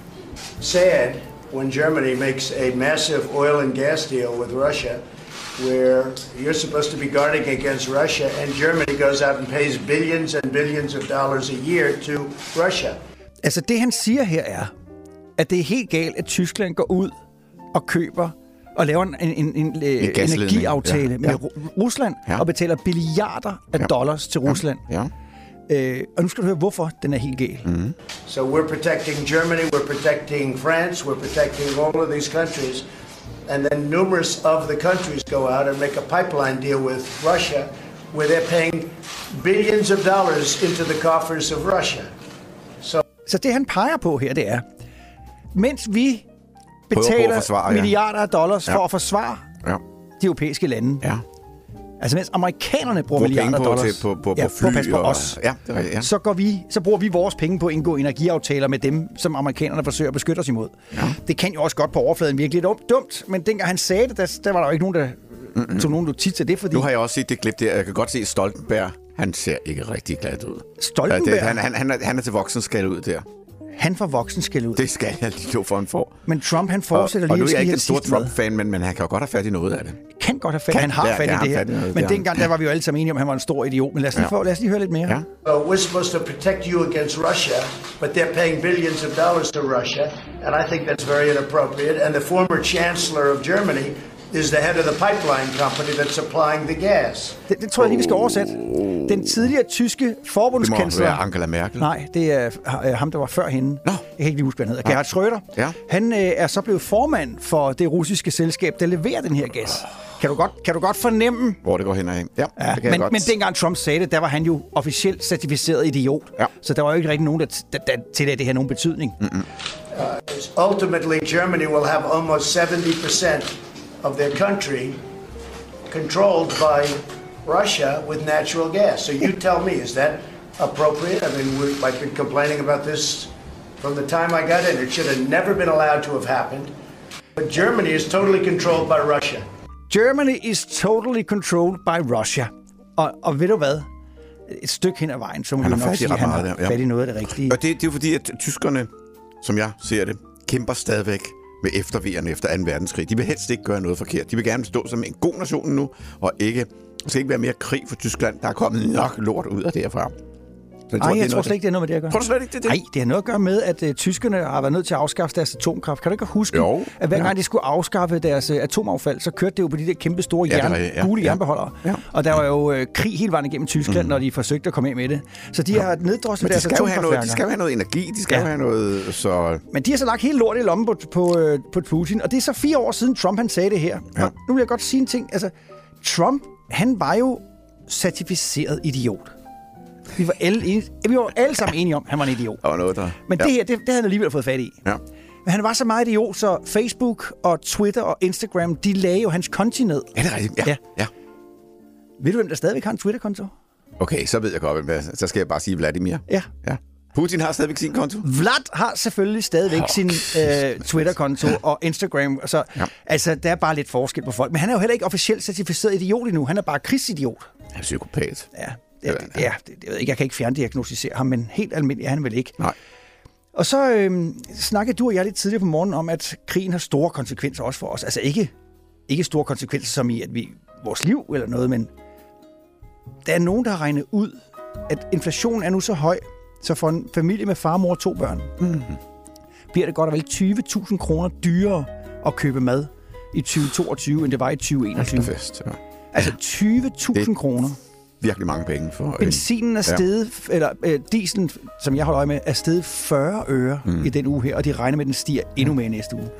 sad when Germany makes a massive oil and gas deal with Russia, where you're supposed to be guarding against Russia, and Germany goes out and pays billions and billions of dollars a year to Russia. Altså det han siger her er, at det er helt galt, at Tyskland går ud og køber og laver en, en, en, en energiaftale ja. med ja. Rusland ja. og betaler billiarder af ja. dollars til Rusland. Ja. Øh, og nu skal du høre, hvorfor den er helt gal. Mm-hmm. So we're protecting Germany, we're protecting France, we're protecting all of these countries. And then numerous of the countries go out and make a pipeline deal with Russia where they're paying billions of dollars into the coffers of Russia. So, Så det han peger på her, det er, mens vi betaler forsvare, milliarder af dollars ja. for at forsvare ja. de europæiske lande, ja. altså mens amerikanerne bruger milliarder af dollars til, på, på, ja, på fly på at passe på og, os, ja, det er, ja. så, går vi, så bruger vi vores penge på at indgå energiaftaler med dem, som amerikanerne forsøger at beskytte os imod. Ja. Det kan jo også godt på overfladen virke lidt dumt, men dengang han sagde det, der, der var der jo ikke nogen, der mm-hmm. tog nogen notits af det, fordi... Nu har jeg også set det klip der. Jeg kan godt se Stoltenberg. Han ser ikke rigtig glad ud. Stoltenberg? Ja, det, han, han, han, er, han er til voksenskal ud der. Han får voksenskal ud? Det skal jeg lige lov for, han får. Men Trump, han fortsætter og, lige... Og nu er jeg ikke en stor Trump-fan, men, men han kan jo godt have fat i noget af det. Kan godt have fat. Han har fat i det her. Noget, men dengang, der var vi jo alle sammen enige om, at han var en stor idiot. Men lad os lige, ja. få, lad os lige høre lidt mere. Ja. Uh, we're supposed to protect you against Russia, but they're paying billions of dollars to Russia, and I think that's very inappropriate. And the former chancellor of Germany is the head of the pipeline company that's supplying the gas. Det, det tror jeg lige, vi skal oversætte. Den tidligere tyske forbundskansler... Det må være Angela Merkel. Nej, det er øh, ham, der var før hende. Nå. Jeg kan ikke lige huske, hvad han hedder. Gerhard Schröder. Ja. Han øh, er så blevet formand for det russiske selskab, der leverer den her gas. Kan du godt, kan du godt fornemme... Hvor det går hen og hen. Ja, ja det kan men, godt. men dengang Trump sagde det, der var han jo officielt certificeret idiot. Ja. Så der var jo ikke rigtig nogen, der, der, der tillagde det her nogen betydning. Mm-hmm. Uh, ultimately, Germany will have almost seventy percent of their country controlled by Russia with natural gas. So you tell me, is that appropriate? I mean, we, I've been complaining about this from the time I got in. It should have never been allowed to have happened. But Germany is totally controlled by Russia. Germany is totally controlled by Russia. Og, og ved du hvad? Et stykke hen ad vejen, så må vi nok sige, at han har fat i noget af det rigtige. Og det, det er jo fordi, at tyskerne, som jeg ser det, kæmper stadigvæk med eftervejerne efter anden verdenskrig. De vil helst ikke gøre noget forkert. De vil gerne stå som en god nation nu, og ikke, der skal ikke være mere krig for Tyskland. Der er kommet nok lort ud af derfra. Nej, jeg, jeg tror slet ikke, det har noget med det at gøre. Tror du slet ikke, det er det? Nej, det har noget at gøre med, at uh, tyskerne har været nødt til at afskaffe deres atomkraft. Kan du ikke huske, jo, at hver gang ja. de skulle afskaffe deres uh, atomaffald, så kørte det jo på de der kæmpe store ja, jern, ja, gule ja. jernbeholdere. Ja. Og der var jo uh, krig hele vejen igennem Tyskland, mm. når de forsøgte at komme af med det. Så de ja. har neddrosset deres atomkraftværker. De skal jo have noget energi, de skal ja. have noget... Så... Men de har så lagt hele lortet i lommen på, på, på Putin, og det er så fire år siden Trump han sagde det her. Ja. Og nu vil jeg godt sige en ting. Altså, Trump, han var jo certificeret idiot. Vi var alle, enige, vi var alle sammen enige om, at han var en idiot. Og noget der. Men det ja. her, det, det havde han alligevel fået fat i. Ja. Men han var så meget idiot, så Facebook og Twitter og Instagram, de lagde jo hans konti ned. Er det rigtigt? Ja. ja. ja. Ved du, hvem der stadigvæk har en Twitter-konto? Okay, så ved jeg godt, hvem så skal jeg bare sige Vladimir. Ja. ja. Putin har stadigvæk sin konto? Vlad har selvfølgelig stadigvæk oh, sin øh, Twitter-konto og Instagram. Så, ja. Altså, der er bare lidt forskel på folk. Men han er jo heller ikke officielt certificeret idiot endnu. Han er bare krigsidiot. Han er psykopat. Ja. Det, det, ja, det, det ved jeg ikke. Jeg kan ikke fjerndiagnostisere ham, men helt almindeligt er han vel ikke. Nej. Og så øh, snakkede du og jeg lidt tidligere på morgenen om, at krigen har store konsekvenser også for os. Altså ikke, ikke store konsekvenser som i, at vi vores liv eller noget, men der er nogen, der har regnet ud, at inflationen er nu så høj, så for en familie med far, mor og to børn, mm. bliver det godt og vel tyve tusind kroner dyrere at købe mad i tyve toogtyve, end det var i tyve enogtyve. Fest, ja. Altså tyve tusind kroner. Virkelig mange penge for... Benzinen er steget, ja. eller øh, dieselen, som jeg holder øje med, er steget fyrre øre mm. i den uge her, og de regner med, at den stiger endnu mere næste uge.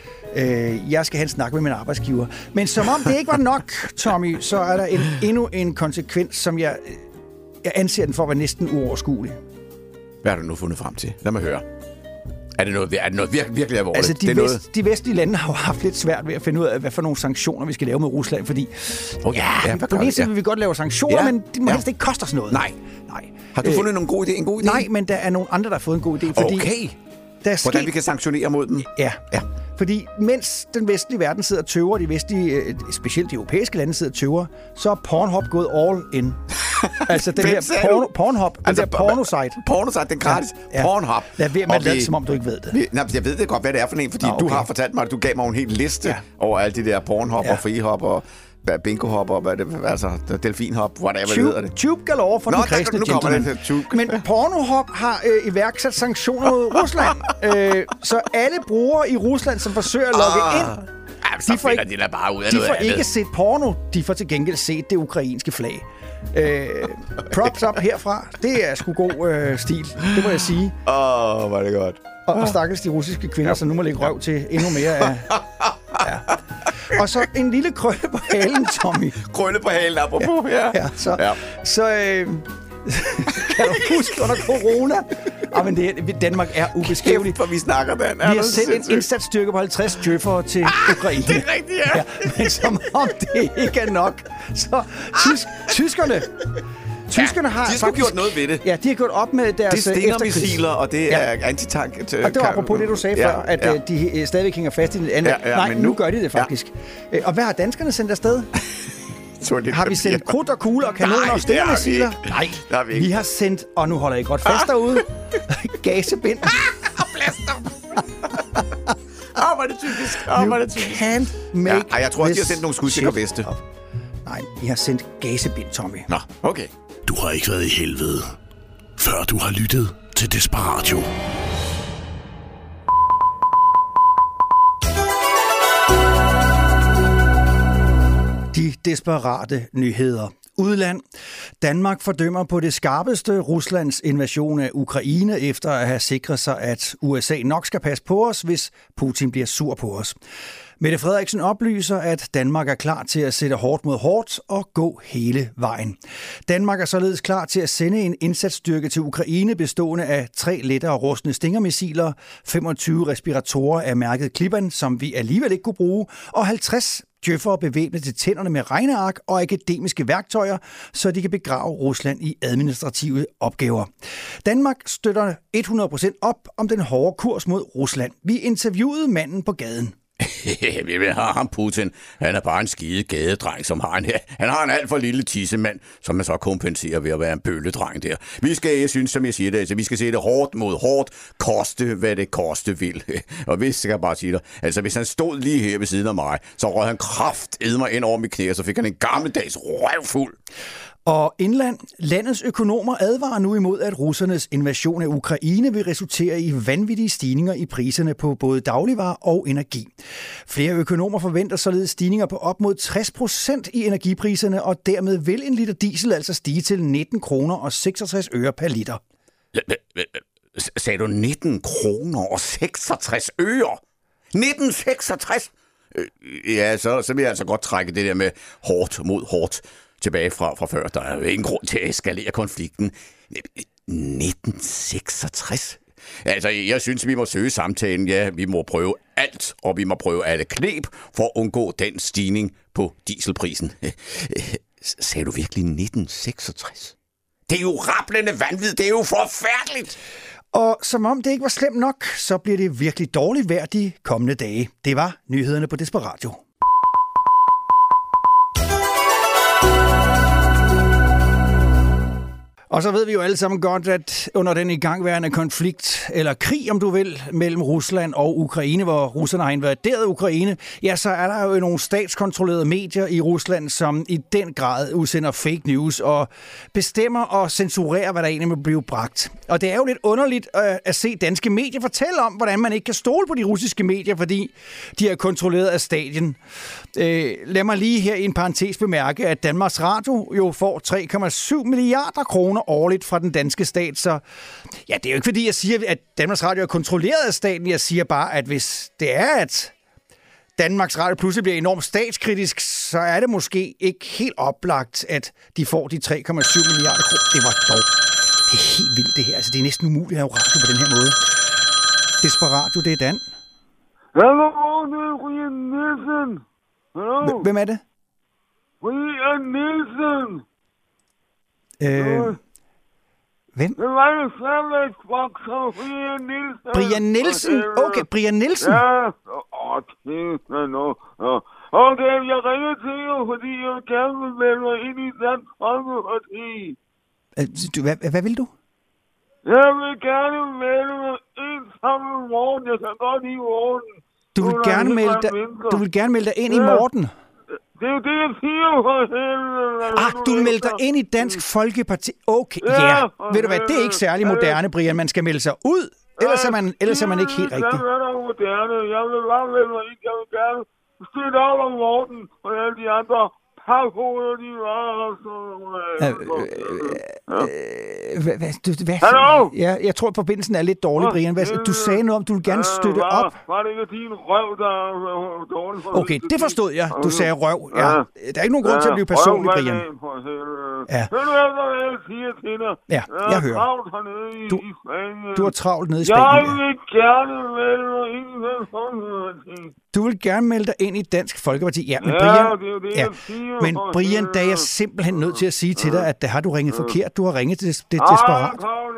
Ja. Øh, jeg skal have en snak med min arbejdsgiver. Men som om det ikke var nok, Tommy, så er der en, endnu en konsekvens, som jeg, jeg anser den for at være næsten uoverskuelig. Hvad har du nu fundet frem til? Lad mig høre. Er det noget, er det noget virkelig, virkelig alvorligt? Altså, de, det er vest, noget... de vestlige lande har jo haft lidt svært ved at finde ud af, hvad for nogle sanktioner vi skal lave med Rusland, fordi oh, ja, ja, på den ene side vil vi godt lave sanktioner, ja, men de må ja. helst ikke koste os noget. Nej. Nej. Har du øh, fundet nogen god idé, en god idé? Nej, men der er nogle andre, der har fået en god idé. Fordi okay. Der er Hvordan sket... vi kan sanktionere mod dem? Ja. ja. Fordi mens den vestlige verden sidder og tøver, de vestlige, specielt de europæiske lande sidder og tøver, så er Pornhub gået all in. Altså den her porno, Pornhub, den altså, der porno-site. Porno-site, den gratis. Ja, ja. Pornhub. Lad være med at lade, som om du ikke ved det. Vi, nej, jeg ved det godt, hvad det er for en, fordi Nå, okay. du har fortalt mig, at du gav mig en hel liste ja. over alle de der Pornhub ja. og Freehub og bingo-hop og hvad det, altså delfinhop, whatever det hedder det. Tube galore for den kredsende gentleman. Men Pornhub har øh, iværksat sanktioner mod Rusland. øh, så alle brugere i Rusland, som forsøger at logge ah. ind, ja, de får ikke, de bare ud af de noget får andet. ikke set porno, de får til gengæld set det ukrainske flag. Øh, props up herfra. Det er sgu god øh, stil, det må jeg sige. Åh, oh, var det godt. Og, og stakkels de russiske kvinder, ja. som nu må lægge røv til endnu mere af... Ja. Og så en lille krølle på halen, Tommy. Krølle på halen, apropos. Ja, ja. ja så, ja. så øh, kan du huske under corona? Ah, men det, Danmark er ubeskriveligt. For vi snakker den. Vi har sendt en indsatsstyrke på halvtreds djøffere til ah, Ukraine. Det er rigtigt, ja. ja. Men som om det ikke er nok, så tysk, tyskerne, Tyskerne ja, har de har gjort noget ved det. Ja, de har gjort op med deres Det er Stinger-missiler, og det er ja. antitank. Og det var apropos det, du sagde ja, før, at ja. de stadigvæk hænger fast i det andet. Ja, ja, Nej, nu, nu gør de det faktisk. Ja. Og hvad har danskerne sendt afsted? Har vi sendt krudt og kugler og kanoner Nej, og Stinger-missiler? Nej, det har vi ikke. Vi har sendt, og nu holder I godt fast derude, gasebind. Og plaster. Åh, hvor er det typisk. Åh, hvor er det typisk. Can't make ja, jeg tror også, de har sendt nogle skudsikre veste. Nej, I har sendt gasebind, Tommy. Nå, okay. Du har ikke været i helvede, før du har lyttet til Desperatio. De desperate nyheder. Udland. Danmark fordømmer på det skarpeste Ruslands invasion af Ukraine efter at have sikret sig, at U S A nok skal passe på os, hvis Putin bliver sur på os. Mette Frederiksen oplyser, at Danmark er klar til at sætte hårdt mod hårdt og gå hele vejen. Danmark er således klar til at sende en indsatsstyrke til Ukraine bestående af tre lettere rustne Stinger-missiler, femogtyve respiratorer af mærket Kliban, som vi alligevel ikke kunne bruge, og halvtreds djøffere bevæbnet til tænderne med regneark og akademiske værktøjer, så de kan begrave Rusland i administrative opgaver. Danmark støtter hundrede procent op om den hårde kurs mod Rusland. Vi interviewede manden på gaden. Vi har ham Putin. Han er bare en skide gadedreng, som har en her. Han har en alt for lille tissemand, som man så kompenserer ved at være en bølledreng der. Vi skal, jeg synes, som jeg siger det, altså, vi skal se det hårdt mod hårdt, koste hvad det koste vil. Og hvis skal jeg bare sige det, altså hvis han stod lige her ved siden af mig, så rød han kraftedme mig ind over mit knæ, og så fik han en gammeldags røvfuld. Og indland, landets økonomer advarer nu imod, at russernes invasion af Ukraine vil resultere i vanvittige stigninger i priserne på både dagligvarer og energi. Flere økonomer forventer således stigninger på op mod tres procent i energipriserne, og dermed vil en liter diesel altså stige til nitten kroner og seksogtres øre per liter. Sagde du nitten kroner og seksogtres øre? nitten seksogtres? Ja, så, så vil jeg altså godt trække det der med hårdt mod hårdt tilbage fra, fra før. Der er jo ingen grund til at eskalere konflikten. nitten seksogtres? Altså, jeg synes, vi må søge samtalen. Ja, vi må prøve alt, og vi må prøve alle knep for at undgå den stigning på dieselprisen. Sagde du virkelig nitten seksogtres? Det er jo rablende vanvid. Det er jo forfærdeligt. Og som om det ikke var slemt nok, så bliver det virkelig dårligt vejr de kommende dage. Det var nyhederne på Desperatio. Og så ved vi jo alle sammen godt, at under den igangværende konflikt, eller krig, om du vil, mellem Rusland og Ukraine, hvor russerne har invaderet Ukraine, ja, så er der jo nogle statskontrollerede medier i Rusland, som i den grad udsender fake news og bestemmer og censurerer, hvad der egentlig må blive bragt. Og det er jo lidt underligt øh, at se danske medier fortælle om, hvordan man ikke kan stole på de russiske medier, fordi de er kontrolleret af staten. Øh, lad mig lige her i en parentes bemærke, at Danmarks Radio jo får tre komma syv milliarder kroner årligt fra den danske stat, så ja, det er jo ikke fordi, jeg siger, at Danmarks Radio er kontrolleret af staten. Jeg siger bare, at hvis det er, at Danmarks Radio pludselig bliver enormt statskritisk, så er det måske ikke helt oplagt, at de får de tre komma syv milliarder kroner. Det var dog. Det er helt vildt, det her. Altså, det er næsten umuligt at have radio på den her måde. Desperatio, det er Dan. Hallo, det er Brian Nielsen. Hallo. Hvem er det? Brian Nielsen. Øh... Hvem? Det var jo stadigvæk bokser, Brian Nielsen. Brian Nielsen? Okay, Brian Nielsen. Ja, åh, det er noget. Okay, jeg ringer til jer, fordi jeg gerne vil melde mig ind i Dansk Folkeparti. Hvad, hvad vil du? Jeg vil gerne melde mig ind sammen med Morten. Jeg kan godt lide Morten. Du vil gerne melde dig, du vil gerne melde dig ind i Morten? Det er jo det, jeg siger for helvede. Ah, du vil melde dig ind i Dansk Folkeparti. Okay, ja. Yeah. Ved du hvad, det er ikke særlig moderne, Brian. Man skal melde sig ud, ellers er man, ellers er man ikke helt rigtig. Det er moderne. Jeg vil bare melde mig ind. Jeg vil gerne støtte op om Morten og alle de andre parkoder, de var. Hallo? Ja, jeg tror, forbindelsen er lidt dårlig, Brian. Du sagde noget om, du vil gerne støtte op. Var det ikke din røv, der er dårlig? Okay, det forstod jeg. Du sagde røv. Ja. Der er ikke nogen grund til at blive personlig, Brian. Ja. Ja, jeg hører. Du, du har travlt nede i Spanien. Jeg vil gerne melde mig ind i Dansk Folkeparti. Du vil gerne melde dig ind i Dansk Folkeparti. Ja, men Brian... Ja, det er jo det, jeg siger. Men Brian, der er jeg simpelthen nødt til at sige til dig, at der har du ringet forkert. Du har ringet til det, det desperat.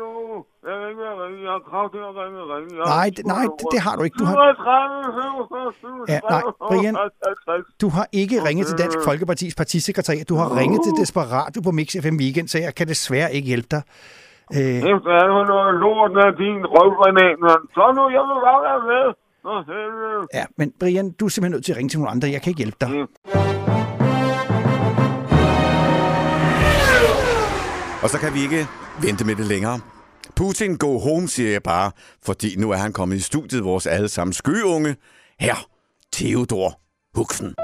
Nej, det, nej, det, det har du ikke. Du har... Ja, nej, Brian, du har ikke ringet til Dansk Folkepartis partisekretariat. Du har ringet til Desperatio på Mix F M Weekend, så jeg kan desværre ikke hjælpe dig. Øh... Efter er det noget lort med din røvbanan. Så nu, jeg vil bare være med. Ja, men Brian, du er simpelthen nødt til at ringe til nogle andre. Jeg kan ikke hjælpe dig. Og så kan vi ikke vente med det længere. Putin, go home, siger jeg bare, fordi nu er han kommet i studiet, vores allesammen skøunge. Her, Theodor Huxen.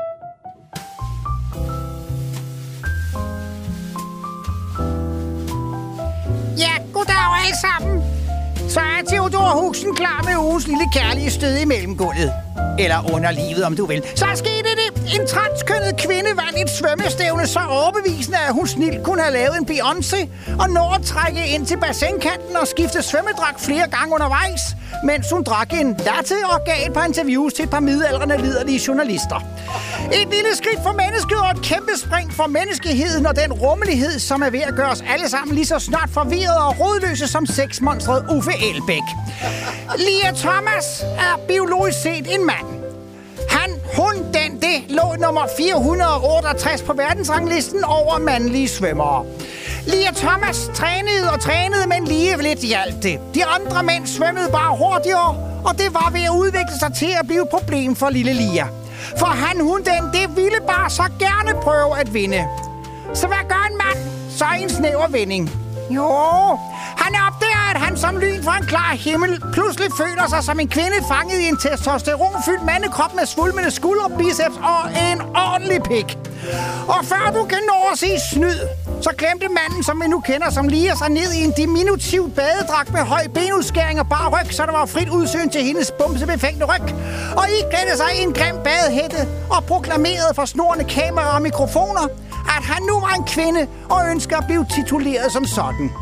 Ja, goddag alle sammen. Så er Theodor Huxen klar med ugens lille kærlige stød i mellemgulvet. Eller under livet, om du vil. Så skete det. En transkønnet kvinde vandt et svømmestævne så overbevisende, at hun snilt kunne have lavet en Beyoncé og nå at trække ind til bassinkanten og skifte svømmedragt flere gange undervejs, mens hun drak en latte og gav et par interviews til et par midaldrende liderlige journalister. Et lille skridt for mennesket og et kæmpe spring for menneskeheden og den rummelighed, som er ved at gøre os alle sammen lige så snart forvirret og rodløse som sexmonstret Uffe Elbæk. Lia Thomas er biologisk set en mand. Han, hun, den, det lå nummer fire hundrede og otteogtres på verdensranglisten over mandlige svømmere. Lia Thomas trænede og trænede, men lige lidt hjalp det. De andre mænd svømmede bare hurtigere, og det var ved at udvikle sig til at blive et problem for lille Lia. For han, hun, den, det ville bare så gerne prøve at vinde. Så hvad gør en mand? Så en snæver vending. Jo, han opdager, at han som lyn fra en klar himmel pludselig føler sig som en kvinde fanget i en testosteronfyldt mandekrop med svulmende skuldre, biceps og en ordentlig pik. Og før du kan nå at sige snyd, så glemte manden, som vi nu kender, som liger sig ned i en diminutiv badedragt med høj benudskæring og bar ryg, så der var frit udsyn til hendes bumsebefængte ryg. Og I klædte sig i en grim badehætte og proklamerede for snorende kameraer og mikrofoner, at han nu var en kvinde og ønsker at blive tituleret som sådan.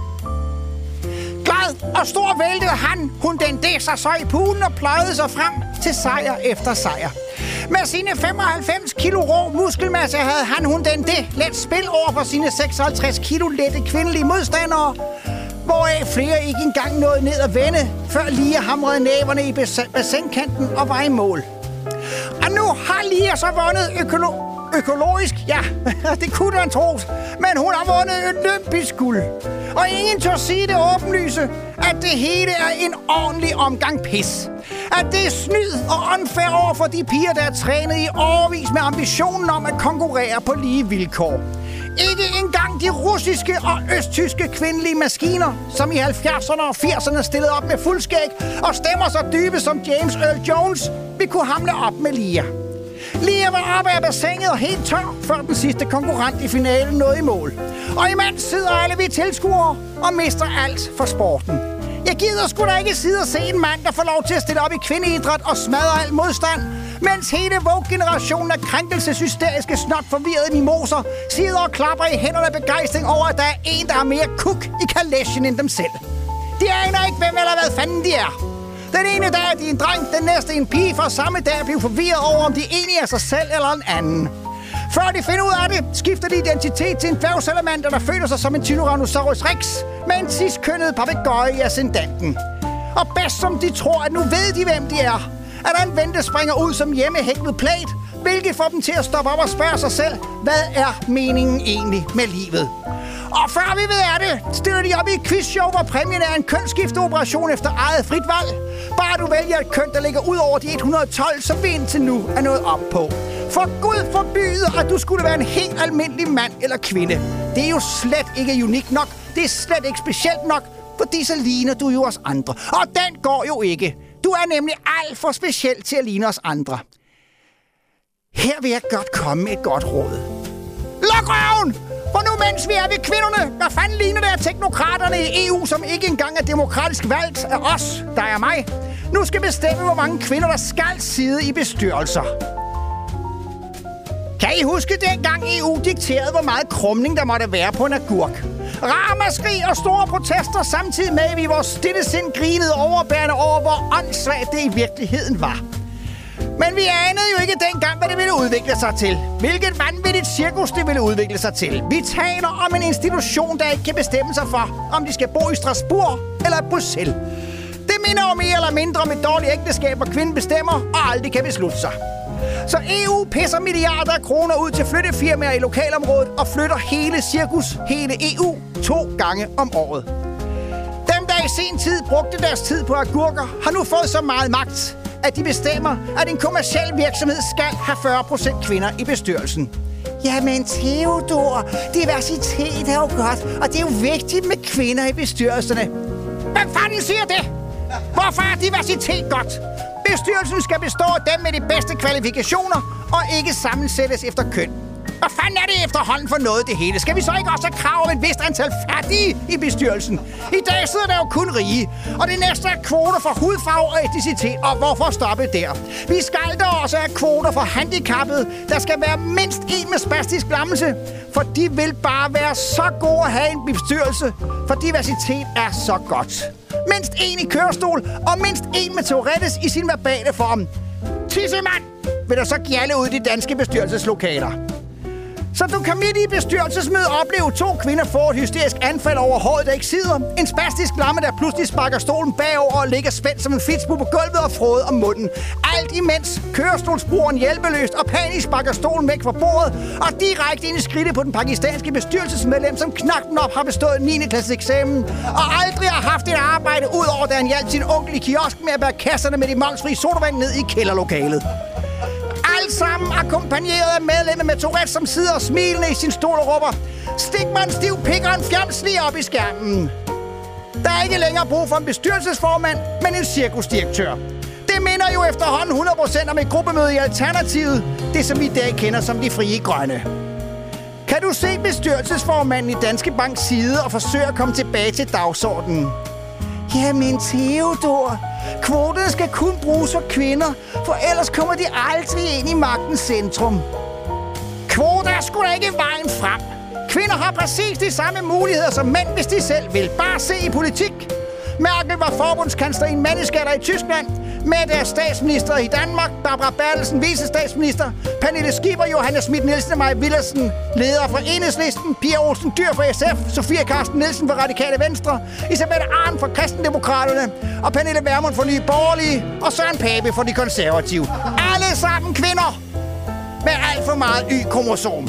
Glad og stor væltede han, hun den det sig så i poolen og pløjede sig frem til sejr efter sejr. Med sine femoghalvfems kilo rå muskelmasse havde han, hun den det let spil over for sine seksoghalvtreds kilo lette kvindelige modstandere, hvoraf flere ikke engang nåede ned at vende, før Lia hamrede næverne i bassinkanten og var i mål. Og nu har Lia så vundet økolo- økologisk, ja, det kunne man tro, men hun har vundet olympisk guld. Og ingen tør sige det åbenlyse, at det hele er en ordentlig omgang pis. At det er snyd og unfair over for de piger, der er trænet i årevis med ambitionen om at konkurrere på lige vilkår. Ikke engang de russiske og østtyske kvindelige maskiner, som i halvfjerdserne og firserne stillede op med fuldskæg og stemmer så dybe som James Earl Jones, vi kunne hamle op med Lia. Lia var oppe af bassinet og helt tør, før den sidste konkurrent i finalen nåede i mål. Og imens sidder alle vi tilskuere og mister alt for sporten. Jeg gider sgu da ikke sidde og se en mand, der får lov til at stille op i kvindeidræt og smadre al modstand, mens hele Vogue-generationen af krænkelseshysteriske, snot forvirrede mimoser sidder og klapper i hænderne af begejstring over, at der er en, der har mere kuk i kalesjen end dem selv. De aner ikke, hvem eller hvad fanden de er. Den ene dag er de en dreng, den næste en pige, for samme dag blive forvirret over, om de egentlig er sig selv eller en anden. Før de finder ud af det, skifter de identitet til en dværgsalamander, der føler sig som en Tyrannosaurus Rex med en cis-kønnet papegøje i ascendanten. Og bedst som de tror, at nu ved de, hvem de er, er der en ven, der springer ud som hjemmehænglet plæt, hvilket får dem til at stoppe op og spørge sig selv, hvad er meningen egentlig med livet? Og før vi ved af det, stiller de op i et quizshow, hvor præmien er en kønsskifteoperation efter eget frit valg. Bare du vælger et køn, der ligger ud over de et hundrede og tolv, som vi indtil nu er nået op på. For Gud forbyder, at du skulle være en helt almindelig mand eller kvinde. Det er jo slet ikke unikt nok. Det er slet ikke specielt nok, fordi så ligner du jo os andre. Og den går jo ikke. Du er nemlig alt for speciel til at ligne os andre. Her vil jeg godt komme med et godt råd. Luk røven! For nu mens vi er ved kvinderne, hvad fanden ligner det af teknokraterne i E U, som ikke engang er demokratisk valgt af os, der er mig, nu skal bestemme, hvor mange kvinder, der skal sidde i bestyrelser. Kan I huske dengang E U dikterede, hvor meget krumning der måtte være på en agurk? Ramaskrig og store protester, samtidig med, at vi i vores stille sind grinede overbærende over, hvor åndssvagt det i virkeligheden var. Men vi anede jo ikke dengang, hvad det ville udvikle sig til. Hvilket vanvittigt cirkus det ville udvikle sig til. Vi taler om en institution, der ikke kan bestemme sig for, om de skal bo i Strasbourg eller Bruxelles. Det minder jo mere eller mindre om et dårligt ægteskab, hvor kvinden bestemmer og aldrig kan beslutte sig. Så E U pisser milliarder af kroner ud til flyttefirmaer i lokalområdet og flytter hele cirkus, hele E U, to gange om året. Dem, der i sin tid brugte deres tid på agurker, har nu fået så meget magt, at de bestemmer, at en kommerciel virksomhed skal have fyrre procent kvinder i bestyrelsen. Jamen, Theodor, diversitet er jo godt, og det er jo vigtigt med kvinder i bestyrelserne. Hvem fanden siger det? Hvorfor er diversitet godt? Bestyrelsen skal bestå af dem med de bedste kvalifikationer og ikke sammensættes efter køn. Hvad fanden er det efterhånden for noget, det hele? Skal vi så ikke også have krav om et vist antal fattige i bestyrelsen? I dag sidder der jo kun rige, og det næste er kvoter for hudfarve og etnicitet, og hvorfor stoppe der? Vi skal da også have kvoter for handicappede. Der skal være mindst en med spastisk lammelse, for de vil bare være så gode at have en bestyrelse, for diversitet er så godt. Mindst en i kørestol, og mindst en med Tourettes i sin verbale form. Tissemand vil der så gjalde ud i de danske bestyrelseslokaler. Så du kan midt i bestyrelsesmødet opleve to kvinder få et hysterisk anfald over håret, der ikke sidder. En spastisk lamme, der pludselig sparker stolen bagover og ligger spændt som en fidsbu på gulvet og frode om munden. Alt imens kørestolsbrugeren hjælpeløst og panisk sparker stolen væk fra bordet og direkte ind i skridtet på den pakistanske bestyrelsesmedlem, som knap nok har bestået niende klasses eksamen og aldrig har haft et arbejde, udover da han hjalp sin onkel i kiosken med at bære kasserne med de momsfri sodavand ned i kælderlokalet. Alt sammen akkompagneret af medlemmer med Tourette, som sidder smilende i sin stol og råber: stik mig en stiv pik og en fjams lige op i skærmen. Der er ikke længere brug for en bestyrelsesformand, men en cirkusdirektør. Det minder jo efterhånden hundrede procent om et gruppemøde i Alternativet, det som vi i dag kender som de Frie Grønne. Kan du se bestyrelsesformanden i Danske Banks side og forsøge at komme tilbage til dagsordenen? Jamen, Theodor, kvoterne skal kun bruges for kvinder, for ellers kommer de aldrig ind i magtens centrum. Kvoter er sgu da ikke vejen frem. Kvinder har præcis de samme muligheder som mænd, hvis de selv vil. Bare se i politik. Merkel var forbundskansler i en mandeskatter i Tyskland. Mette er statsminister i Danmark. Barbara Bertelsen, vicestatsminister. Pernille Skipper, Johannes Schmidt-Nielsen og Maja Villersen, leder for Enhedslisten. Pia Olsen Dyhr for S F. Sofia Carsten Nielsen for Radikale Venstre. Isabella Arn for Kristendemokraterne. Og Pernille Vermund for Nye Borgerlige. Og Søren Pape for De Konservative. Alle sammen kvinder med alt for meget Y-kromosom.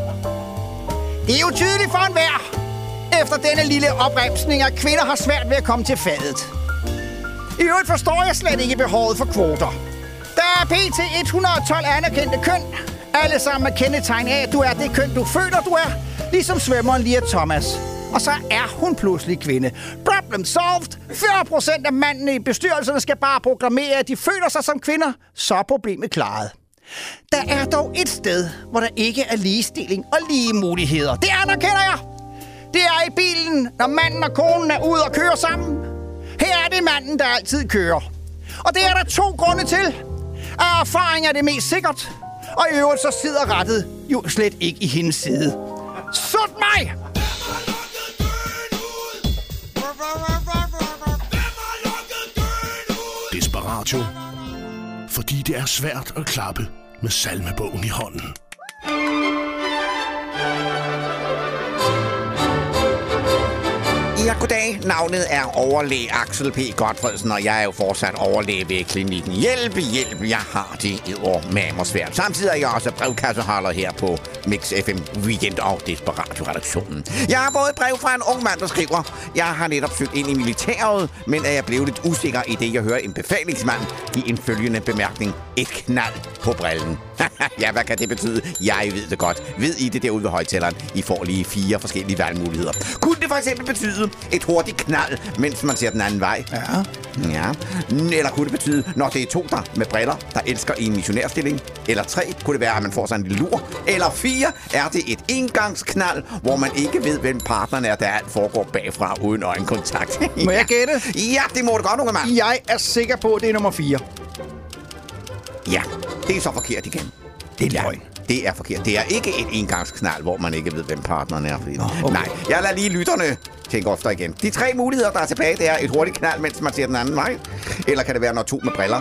Det er jo tydeligt for enhver, efter denne lille opremsning, at kvinder har svært ved at komme til fadet. I øvrigt forstår jeg slet ikke behovet for kvoter. Der er P T et hundrede og tolv anerkendte køn. Alle sammen er kendetegn af, at du er det køn, du føler, du er. Ligesom svømmeren Lia Thomas. Og så er hun pludselig kvinde. Problem solved. fyrre procent af mændene i bestyrelserne skal bare proklamere, at de føler sig som kvinder. Så er problemet klaret. Der er dog et sted, hvor der ikke er ligestilling og lige muligheder. Det anerkender jeg. Det er i bilen, når manden og konen er ude og kører sammen. Her er det manden, der altid kører. Og det er der to grunde til. Af erfaring er det mest sikkert. Og i øvrigt så sidder rettet jo slet ikke i hendes side. Sut mig! Desperatio. Fordi det er svært at klappe med salmebogen i hånden. Ja, goddag. Navnet er overlæge Axel P. Godfredsen, og jeg er jo fortsat overlæge ved klinikken. Hjælp, hjælp, jeg har det eddermame svært. Samtidig er jeg også brevkasseholder her på Mix F M Weekend og Desperatio-redaktionen. Jeg har fået et brev fra en ung mand, der skriver: jeg har netop søgt ind i militæret, men er jeg blevet lidt usikker i det, jeg hører en befalingsmand give en følgende bemærkning: et knald på brillen. Ja, hvad kan det betyde? Jeg ved det godt. Ved I det derude ved højttaleren? I får lige fire forskellige valgmuligheder. Kunne det for eksempel betyde et hurtigt knald, mens man ser den anden vej? Ja. Ja. Eller kunne det betyde, når det er to der med briller, der elsker i en missionærstilling? Eller tre, kunne det være, at man får sig en lille lur? Eller fire, er det et engangsknald, hvor man ikke ved, hvem partneren er, der alt foregår bagfra uden øjenkontakt? Må jeg gætte? Ja, det må du godt, unge mand. Jeg er sikker på, at det er nummer fire. Ja, det er så forkert igen. Det er løgn. Det er forkert. Det er ikke et engangsknald, hvor man ikke ved, hvem partneren er. Oh, okay. Nej, jeg lader lige lytterne tænke ofte igen. De tre muligheder, der er tilbage, det er et hurtigt knald, mens man ser den anden vej. Eller kan det være, når to med briller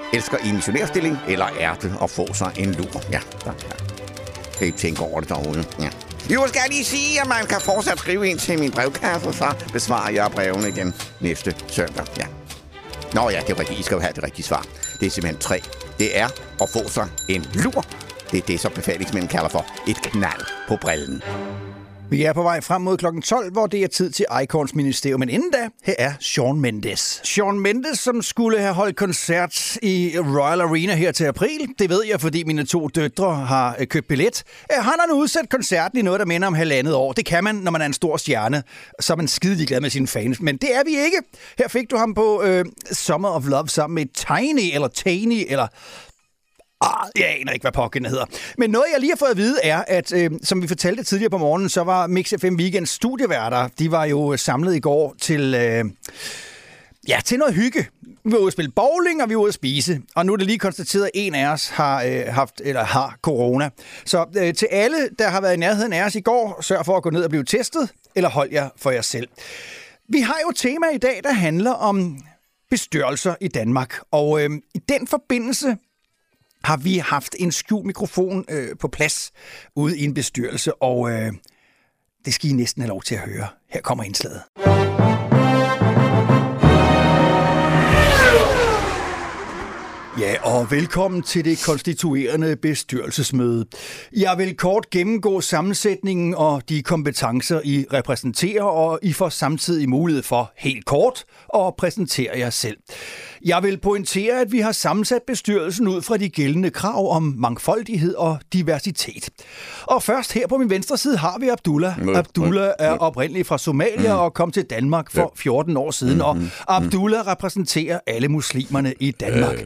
elsker i missionærstilling, eller er det at få sig en lur? Ja, der kan I tænke over det derude. Ja. Jo, skal jeg lige sige, at man kan fortsat skrive ind til min brevkasse, så besvarer jeg brevene igen næste søndag. Ja. Nå ja, det er rigtigt. I skal jo have det rigtige svar. Det er simpelthen tre. Det er at få sig en lur. Det er det, som befalingsmænd kalder for et knald på brillen. Vi er på vej frem mod klokken tolv, hvor det er tid til Icons Ministerium. Men inden da, her er Shawn Mendes. Shawn Mendes, som skulle have holdt koncert i Royal Arena her til april. Det ved jeg, fordi mine to døtre har købt billet. Han har nu udsat koncerten i noget, der minder om halvandet år. Det kan man, når man er en stor stjerne. Så er man skidelig glad med sine fans. Men det er vi ikke. Her fik du ham på øh, Summer of Love sammen med Tiny, eller Tiny, eller... Ah, jeg aner ikke, hvad pokken hedder. Men noget, jeg lige har fået at vide, er, at øh, som vi fortalte tidligere på morgenen, så var Mix F M Weekends studieværter, de var jo samlet i går til, øh, ja, til noget hygge. Vi var ude at spille bowling, og vi var ude at spise. Og nu er det lige konstateret, at en af os har øh, haft eller har corona. Så øh, til alle, der har været i nærheden af os i går, sørg for at gå ned og blive testet, eller hold jer for jer selv. Vi har jo et tema i dag, der handler om bestyrelser i Danmark. Og øh, i den forbindelse har vi haft en skjult mikrofon øh, på plads ude i en bestyrelse, og øh, det skal I næsten have lov til at høre. Her kommer indslaget. Ja, og velkommen til det konstituerende bestyrelsesmøde. Jeg vil kort gennemgå sammensætningen og de kompetencer, I repræsenterer, og I får samtidig mulighed for helt kort at præsentere jer selv. Jeg vil pointere, at vi har sammensat bestyrelsen ud fra de gældende krav om mangfoldighed og diversitet. Og først her på min venstre side har vi Abdullah. Abdullah er oprindelig fra Somalia og kom til Danmark for fjorten år siden, og Abdullah repræsenterer alle muslimerne i Danmark.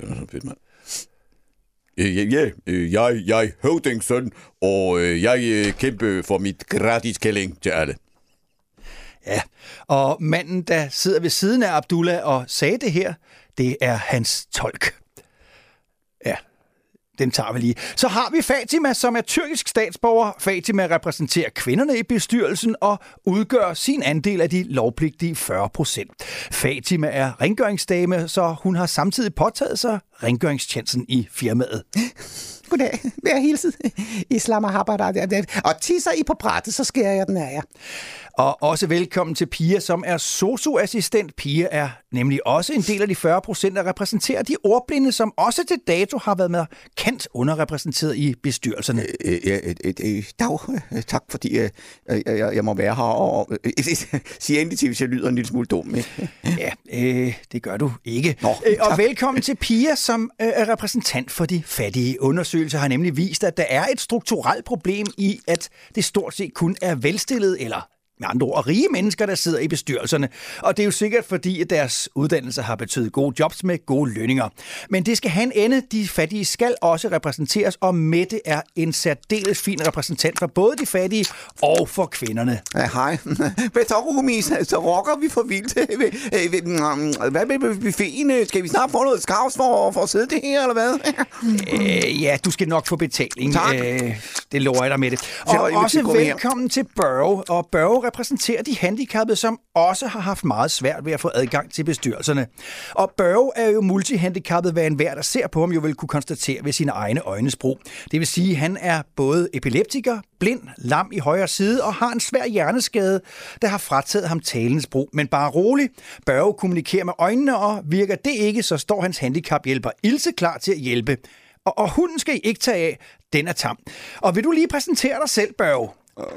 Ja, ja, jeg, jeg er høvdingssøn, og jeg kæmper for mit gratis kælling til alle. Ja, og manden, der sidder ved siden af Abdullah og sagde det her, det er hans tolk. Ja, den tager vi lige. Så har vi Fatima, som er tyrkisk statsborger. Fatima repræsenterer kvinderne i bestyrelsen og udgør sin andel af de lovpligtige fyrre procent. Fatima er rengøringsdame, så hun har samtidig påtaget sig rengøringstjenesten i firmaet. Goddag. Hver hilsen. Islam og og tisser I på brættet, så skærer jeg den af jer. Og også velkommen til Pia, som er sosu-assistent. Pia er nemlig også en del af de fyrre procent, der repræsenterer de ordblinde, som også til dato har været med kant underrepræsenteret i bestyrelserne. Øh, øh, øh, øh, dag. Tak, fordi øh, jeg, jeg må være her og øh, sige endelig til, hvis jeg lyder en lille smule dum. Ikke? Ja, øh, det gør du ikke. Nå, øh, og velkommen til Pia, som øh, er repræsentant for de fattige. Undersøgelser har nemlig vist, at der er et strukturelt problem i, at det stort set kun er velstillede eller med andre ord rige mennesker, der sidder i bestyrelserne. Og det er jo sikkert fordi, at deres uddannelse har betydet gode jobs med gode lønninger. Men det skal have en ende. De fattige skal også repræsenteres, og Mette er en særdeles fin repræsentant for både de fattige og for kvinderne. Ja, hej. Hvad så, Rumis? Så rocker vi for vildt. Hvad med buffeten? Skal vi snart få noget skavs for, for at sidde det her, eller hvad? øh, ja, du skal nok få betaling. Tak. Øh, det lover jeg dig med det. Og også velkommen til Børge. Og Børge repræsenterer de handicappede, som også har haft meget svært ved at få adgang til bestyrelserne. Og Børge er jo multihandicappet, hvad enhver, der ser på ham, jo vil kunne konstatere ved sine egne øjnes brug. Det vil sige, at han er både epileptiker, blind, lam i højre side og har en svær hjerneskade, der har frataget ham talens brug. Men bare rolig. Børge kommunikerer med øjnene, og virker det ikke, så står hans handicaphjælper Ilse klar til at hjælpe. Og, og hunden skal I ikke tage af. Den er tam. Og vil du lige præsentere dig selv, Børge?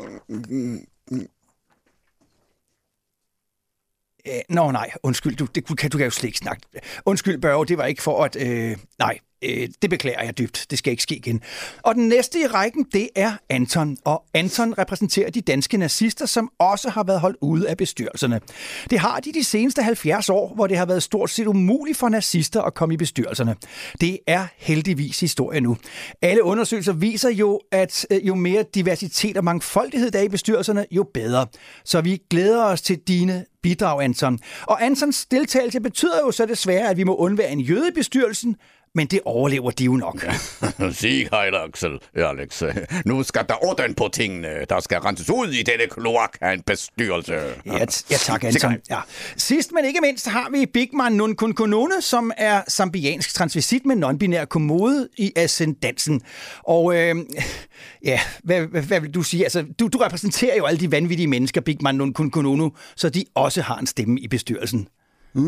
Nå nej, undskyld, du, det, du, kan, du kan jo slet ikke snakke. Undskyld, Børge, det var ikke for at... Øh, nej, øh, det beklager jeg dybt. Det skal ikke ske igen. Og den næste i rækken, det er Anton. Og Anton repræsenterer de danske nazister, som også har været holdt ude af bestyrelserne. Det har de de seneste halvfjerds år, hvor det har været stort set umuligt for nazister at komme i bestyrelserne. Det er heldigvis historie nu. Alle undersøgelser viser jo, at jo mere diversitet og mangfoldighed der er i bestyrelserne, jo bedre. Så vi glæder os til dine bidrag, Anton. Og Antons deltagelse betyder jo så desværre, at vi må undvære en jøde i bestyrelsen, men det overlever de jo nok. Sig hej, Axel. Ja, Alex. Nu skal der orden på tingene. Der skal renses ud i denne kloak af en bestyrelse. Ja, t- ja tak, Anton. Ja. Sidst, men ikke mindst, har vi Bigman Nunkunkunune, som er zambiansk transvisit med non-binær kommode i ascendansen. Og øh, ja, hvad, hvad, hvad vil du sige? Altså, du, du repræsenterer jo alle de vanvittige mennesker, Bigman Nunkunkunune, så de også har en stemme i bestyrelsen. Ja,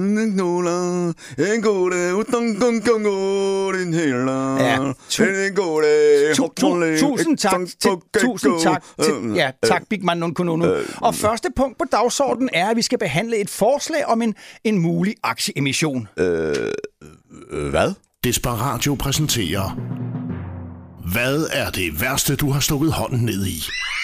tu- tu- tusind tak til, tusind tak til, ja, tak Bigman Nunkununu. Og første punkt på dagsordenen er, at vi skal behandle et forslag om en, en mulig aktieemission. Øh, hvad? Desperatio præsenterer: hvad er det værste, du har stukket hånden ned i?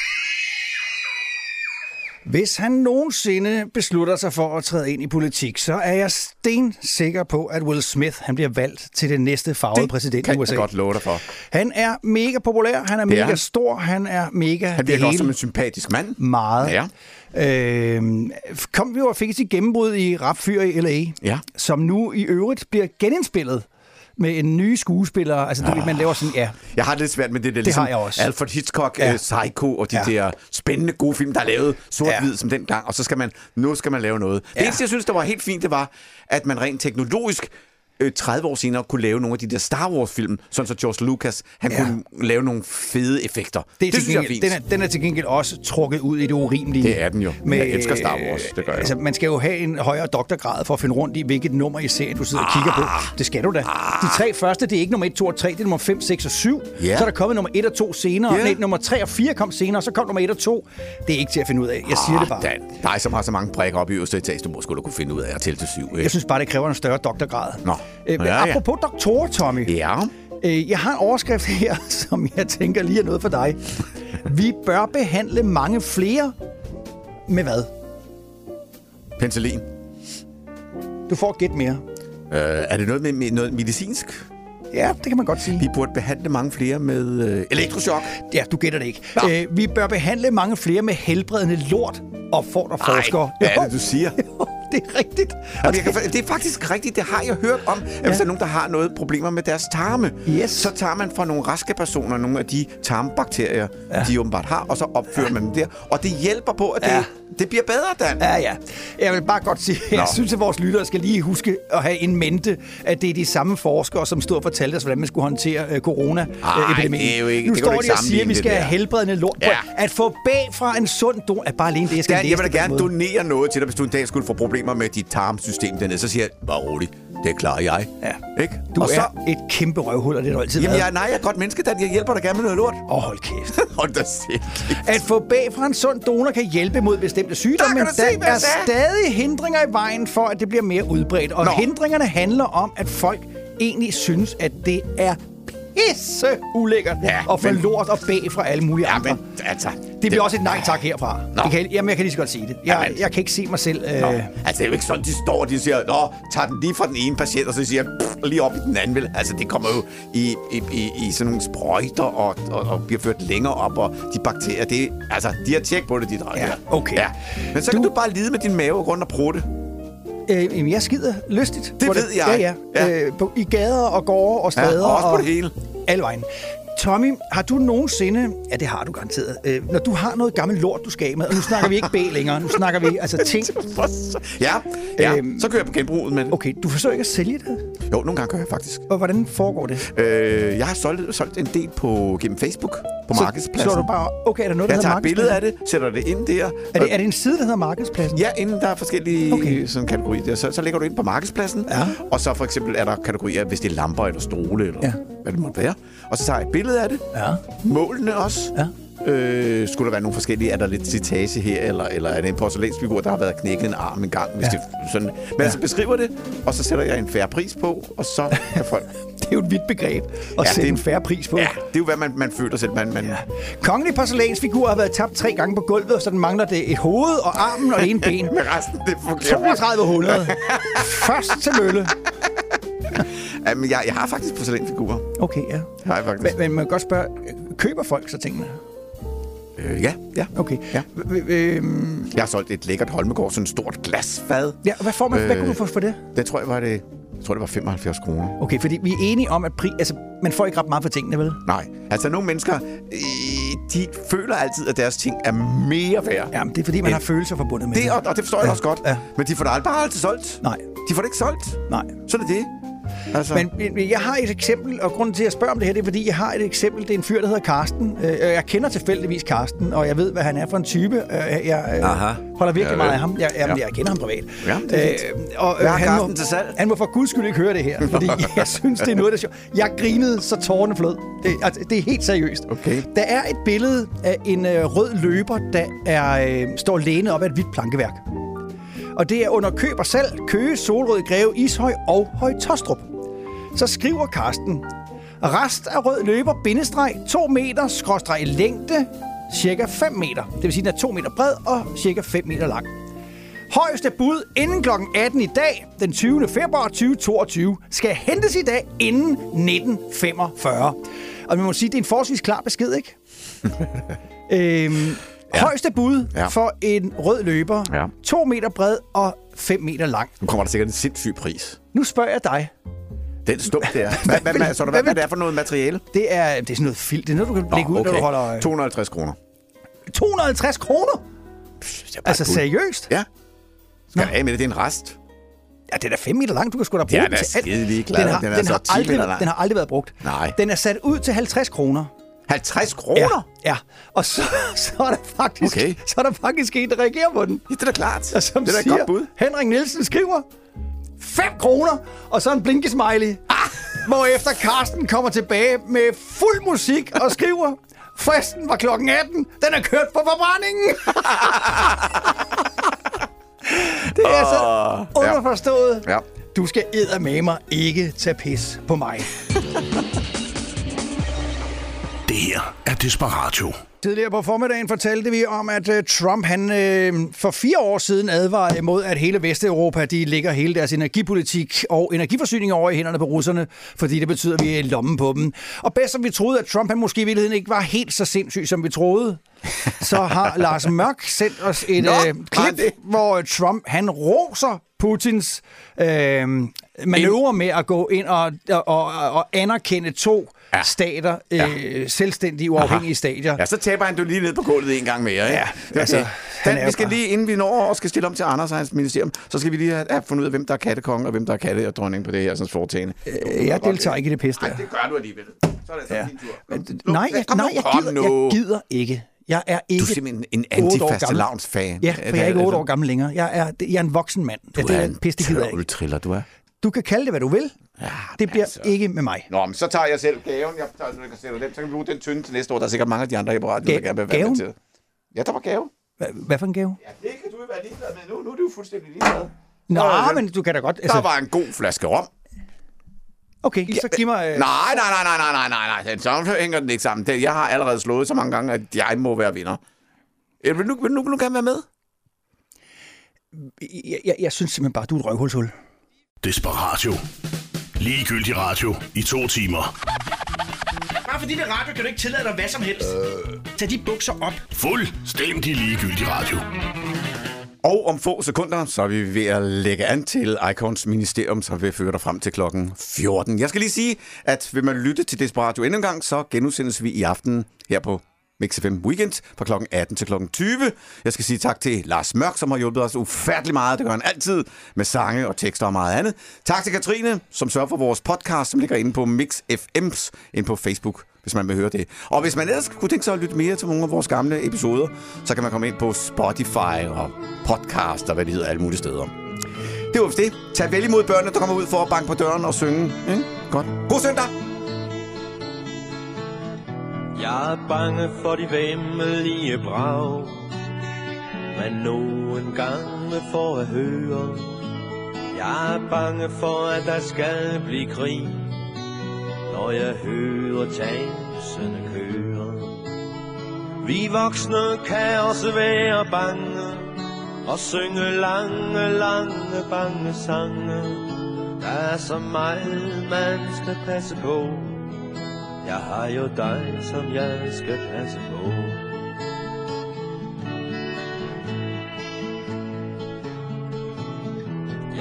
Hvis han nogensinde beslutter sig for at træde ind i politik, så er jeg stensikker på, at Will Smith han bliver valgt til den næste farvede præsident i U S A. Det kan jeg godt love dig for. Han er mega populær, han er mega han. stor, han er mega... Han bliver også som en sympatisk mand. Meget. Ja. Øh, kom vi jo og fik sit gennembrud i Rapfyr i L A, ja. som nu i øvrigt bliver genindspillet med en ny skuespiller. Altså, du, oh. man laver sådan, ja. Jeg har det svært med det der, det ligesom har jeg også. Alfred Hitchcock, ja. uh, Psycho og de ja. der spændende gode film, der er lavet sort-hvid ja. som dengang, og så skal man, nu skal man lave noget. Ja. Det eneste, jeg synes, der var helt fint, det var, at man rent teknologisk tredive år senere kunne lave nogle af de der Star Wars-film, sådan så George Lucas, han ja. kunne lave nogle fede effekter. Det, det synes jeg er fint. Den er, den er til gengæld også trukket ud i det urimelige. Det er den jo. Med, jeg elsker Star Wars, det gør jeg. Altså, man skal jo have en højere doktorgrad for at finde rundt i, hvilket nummer i serien, du sidder ah, og kigger på. Det skal du da. Ah, de tre første, det er ikke nummer et, to og tre, det er nummer fem, seks og syv. Yeah. Så er der kommet nummer et og to senere. Yeah. Nej, nummer tre og fire kom senere, og så kom nummer et og to. Det er ikke til at finde ud af. Jeg siger ah, det bare. Dan, der er som har så mange prikker op i øverste etage, du må skulle kunne finde ud af at tælle til syv. Ikke? Jeg synes bare, det kræver en større doktorgrad. Nå. Øh, ja, ja. Apropos doktorer, Tommy. Ja. Øh, jeg har en overskrift her, som jeg tænker lige er noget for dig. Vi bør behandle mange flere med hvad? Penicillin. Du får gæt mere. Øh, er det noget med, med noget medicinsk? Ja, det kan man godt sige. Vi burde behandle mange flere med øh, elektrochok. Ja, du gætter det ikke. Øh, vi bør behandle mange flere med helbredende lort, opfordrer forskere. Hvad er det, du siger? Det er rigtigt. Jamen, jeg kan, det er faktisk rigtigt. Det har jeg hørt om. At ja. Hvis der er nogen, der har noget problemer med deres tarme, yes. så tager man fra nogle raske personer nogle af de tarmbakterier, ja. de åbenbart har, og så opfører ja. man dem der. Og det hjælper på, at det, ja. det bliver bedre, Dan. Ja, ja. Jeg vil bare godt sige, Nå. jeg synes, at vores lyttere skal lige huske at have en mente, at det er de samme forskere, som stod og fortalte os, hvordan man skulle håndtere uh, corona-epidemien. Nu det står de og siger, at vi skal have helbredende lort. Ja. At få bag fra en sund don er bare alene det, jeg skal Dan, læse. Jeg vil da gerne donere noget til dig, hvis du en dag skulle få problemer med dit tarmsystem dernede. Så siger jeg, bare roligt, det klarer jeg. Ja. Ikke? Du og er så, et kæmpe røvhul, og det er du altid Jamen, jeg, nej, jeg er et godt menneske, Dan. Jeg hjælper dig gerne med noget lort. Åh, oh, hold kæft. Hold da selv. At få bag fra en sund donor kan hjælpe mod bestemte sygdomme, men der er stadig hindringer i vejen for, at det bliver mere udbredt. Og Nå. hindringerne handler om, at folk egentlig synes, at det er pisse ulækkert ja, at få men... lort og bag fra alle mulige ja, andre. Men, altså, det bliver det... også et nej tak herfra. Det kan, jamen, jeg kan lige så godt sige det. Jeg, jamen. jeg kan ikke se mig selv... Øh... Altså, det er jo ikke sådan, de står og de siger, nå, tager den lige fra den ene patient, og så siger pff, lige op i den anden. Vel? Altså, det kommer jo i, i, i, i sådan nogle sprøjter og, og, og bliver ført længere op, og de bakterier, det altså, de har tjekket på det, de drejer. Ja, okay. Ja. Men så du... kan du bare lide med din mave rundt og prutte. Øh, jeg skider lystigt. Det ved det. jeg. Ja, ja. ja. Øh, på, i gader og gårde og steder. Ja, og også på det hele. Alle vejen. Tommy, har du nogensinde... Ja, det har du garanteret. Øh, når du har noget gammelt lort, du skal af med, og nu snakker vi ikke bag længere, nu snakker vi altså ting... Ja, ja. Øhm, så kører jeg på genbruget med det. Okay, du forsøger ikke at sælge det? Jo, nogle gange gør jeg faktisk. Og hvordan foregår det? Øh, jeg har solgt, solgt en del på, gennem Facebook på så, Markedspladsen. Så du bare... Okay, er der noget, der jeg hedder Markedspladsen? Jeg tager et billede af det, sætter det ind der. Er det, er det en side, der hedder Markedspladsen? Ja, inden der er forskellige okay. sådan kategorier der. Så, så lægger du ind på Markedspladsen, ja. og så for eksempel er der kategorier, hvis det er lamper eller stole, eller ja. hvad det måtte være. Og så tager jeg et billede af det. Ja. Målene også. Ja. Øh, skulle der være nogle forskellige, er der lidt citage her, eller, eller er det en porcelænsfigur, der har været knækket en arm en gang, hvis ja. det sådan. Men ja. altså beskriver det, og så sætter jeg en fair pris på, og så kan folk... Det er jo et vidt begreb at ja, sætte en fair pris på. Ja, det er jo, hvad man, man føler selv. Man, man... Ja. Kongelig porcelænsfigur har været tabt tre gange på gulvet, så den mangler det et hoved og armen og det ene ben. Men resten, det fungerer. toogtredive hundrede. Først til mølle. Jamen, jeg, jeg har faktisk porcelænfigurer. Okay, ja. Har jeg faktisk. Men, men man kan godt spørge, køber folk så tingene? Øh, ja, ja. Okay. Ja. Øh, jeg har solgt et lækkert Holmegaard, sådan et stort glasfad. Ja, hvad får man? Øh, hvad kunne du få for det? Det tror jeg var det Jeg tror, det var femoghalvfjerds kroner. Okay, fordi vi er enige om, at pri- altså, man får ikke ret meget for tingene, vel? Nej. Altså, nogle mennesker, øh, de føler altid, at deres ting er mere værd. Jamen, det er fordi, man har følelser forbundet med det. det. Og, og det forstår jeg ja. også godt. Ja. Men de får det aldrig bare altid solgt. Nej. De får det ikke solgt. Nej. Så er det det. Altså. Men jeg har et eksempel, og grunden til, at jeg spørger om det her, det er, fordi jeg har et eksempel. Det er en fyr, der hedder Karsten. Jeg kender tilfældigvis Karsten, og jeg ved, hvad han er for en type. Jeg Aha. holder virkelig ja, meget af ham. Jeg, jamen, ja. jeg kender ham privat. Ja, det er øh, og, hvad har han Karsten må, til salg? Han må for guds skyld ikke høre det her, fordi jeg synes, det er noget, der er sjovt. Jeg grinede så tårerne flød. Det, altså, det er helt seriøst. Okay. Der er et billede af en øh, rød løber, der er, øh, står lænet op af et hvidt plankeværk. Og det er under køb og salg Køge, Solrød, Greve, Ishøj og Høje-Taastrup. Så skriver Karsten: rest af rød løber, bindestreg, to meter, skråstreg længde, cirka fem meter. Det vil sige, den er to meter bred og cirka fem meter lang. Højeste bud inden klokken atten i dag, den tyvende februar tyve toogtyve, skal hentes i dag inden nitten femogfyrre. Og man må sige, det er en forholdsvis klar besked, ikke? øhm, ja. Højeste bud ja. for en rød løber, ja. to meter bred og fem meter lang. Nu kommer der sikkert en sindssyg pris. Nu spørger jeg dig. Den stump der. Hvad, hvad, hvad, så hvad, hvad er det for noget materiale? Det er, det er sådan noget filt. Det er noget, du kan lægge ud, okay. når du holder... to hundrede og halvtreds kroner. to hundrede og halvtreds kroner? Altså seriøst? Ja. Skal jeg af med det? Det er en rest. Ja, den er fem meter lang. Du kan sgu da bruge ja, den til alt. Ja, den er skide ligeglad. Den har, den er den, så har ti aldrig, meter lang. den har aldrig været brugt. Nej. Den er sat ud til halvtreds kroner. halvtreds kroner? Ja, ja. Og så, så, er der faktisk, okay. så er der faktisk en, der reagerer på den. Ja, det er da klart. Og som det er da siger, godt bud. Henrik Nielsen skriver fem kroner, og så en blinkesmiley. Ah! Hvorefter Karsten kommer tilbage med fuld musik og skriver: fristen var klokken atten. Den er kørt på forbrændingen. Det er altså uh, underforstået. Ja. Ja. Du skal eddermame ikke tage pis på mig. Det her er Desperatio. Tidligere på formiddagen fortalte vi om, at uh, Trump han uh, for fire år siden advarede imod, at hele Vesteuropa de lægger hele deres energipolitik og energiforsyning over i hænderne på russerne, fordi det betyder, at vi er i lommen på dem. Og bedst som vi troede, at Trump han måske i virkeligheden ikke var helt så sindssyg, som vi troede, så har Lars Mørk sendt os et uh, klip, hvor Trump han roser Putins øh, manøvre med at gå ind og, og, og, og anerkende to ja. stater, øh, ja. selvstændige, uafhængige stater. Ja, så taber han jo lige ned på gulvet en gang mere, ikke? Ja, altså, okay. Den, vi skal lige, inden vi når og skal stille om til Anders og hans ministerium, så skal vi lige have, have fundet ud af, hvem der er kattekonge, og hvem der er katte og dronning på det her sådan foretagende. Øh, jeg deltager ikke i det pisse der. Nej, det gør du alligevel. Så er det så ja. din tur. Men, nej, jeg, nej jeg, gider, jeg gider ikke. Jeg er ikke du er simpelthen en antifastelavnsfan. Ja, for jeg er ikke otte år gammel længere. Jeg er, jeg er en voksen mand. Du ja, er en triller, du er. Du kan kalde det, hvad du vil. Ja, det bliver altså ikke med mig. Nå, men så tager jeg selv gaven. Jeg tager, så, jeg den. Så kan vi bruge den tynde til næste år. Der er sikkert mange af de andre her på radioen, der gerne vil være med til. Ja, der var gave. Hva, hvad for en gave? Ja, det kan du jo være ligeglad med. Nu, nu er du jo fuldstændig ligeglad. Nå, men du kan da godt... Altså... Der var en god flaske rom. Okay, så giv mig... Øh... Nej, nej, nej, nej, nej, nej, nej. Så hænger den ikke sammen. Jeg har allerede slået så mange gange, at jeg må være vinder. Vil du, vil du, vil du gerne være med? Jeg, jeg, jeg synes simpelthen bare, du er et røvhulshul. Desperatio. Ligegyldig radio i to timer. Bare fordi det er radio, kan du ikke tillade dig hvad som helst. Øh... Tag de bukser op. Fuldstændig ligegyldig radio. Og om få sekunder, så er vi ved at lægge an til Icons Ministerium, som vil føre dig frem til klokken fjorten. Jeg skal lige sige, at vil man lytte til Desperatio endnu en gang, så genudsendes vi i aften her på Mix F M Weekend fra klokken atten til klokken tyve. Jeg skal sige tak til Lars Mørk, som har hjulpet os ufattelig meget. Det gør han altid med sange og tekster og meget andet. Tak til Katrine, som sørger for vores podcast, som ligger inde på Mix F M's inde på Facebook, hvis man vil høre det. Og hvis man ellers kunne tænke sig at lytte mere til nogle af vores gamle episoder, så kan man komme ind på Spotify og podcast og hvad det hedder, alle mulige steder. Det var det. Tag vel imod børnene, der kommer ud for at banke på døren og synge. Mm? Godt. God søndag! Jeg er bange for de vemmelige brag, man nogen gange får at høre. Jeg er bange for, at der skal blive krig, når jeg hører tansene køre. Vi voksne kan også være bange og synge lange, lange, bange sange. Der er så meget, man skal passe på. Jeg har jo dig, som jeg skal passe på.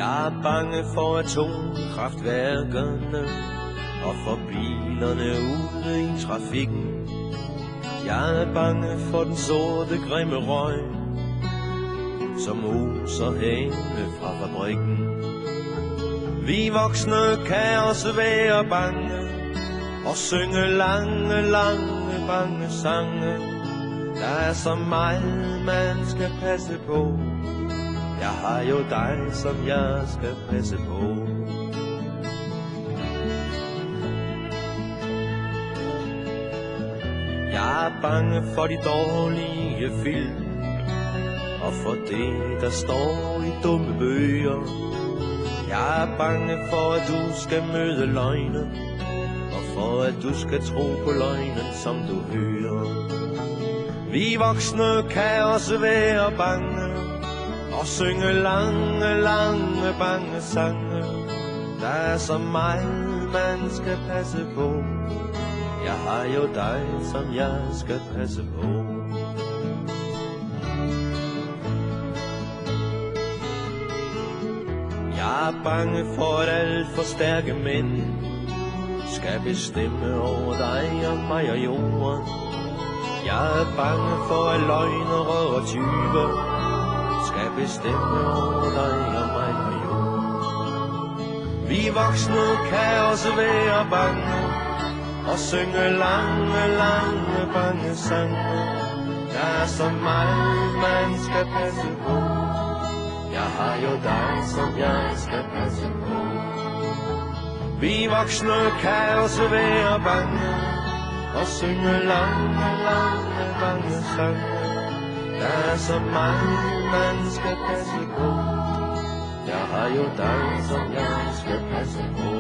Jeg er bange for atomkraftværkerne og for bilerne ude i trafikken. Jeg er bange for den sorte grimme røg, som oser henne fra fabrikken. Vi voksne kan også være bange og synge lange, lange, bange sange. Der er så meget, man skal passe på. Jeg har jo dig, som jeg skal passe på. Jeg er bange for de dårlige film og for det, der står i dumme bøger. Jeg er bange for, at du skal møde løgne, og for, at du skal tro på løgnen, som du hører. Vi voksne kan også være bange og synge lange, lange, bange sange. Der er så meget, man skal passe på. Jeg har jo dig, som jeg skal passe på. Jeg er bange for, at alt for stærke mænd skal bestemme over dig og mig og jorden. Jeg er bange for, at løgnere og tyve skal bestemme over dig og mig og jorden. Vi voksne kan også være bange og synge lange, lange, bange sange. Der er så meget, man skal passe på. Jeg har jo dig, som jeg skal passe på. Vi voksne kan også være bange og synge lange, lange, bange sange. Der er så meget, man skal passe på. Jeg har jo dig, som jeg skal passe på.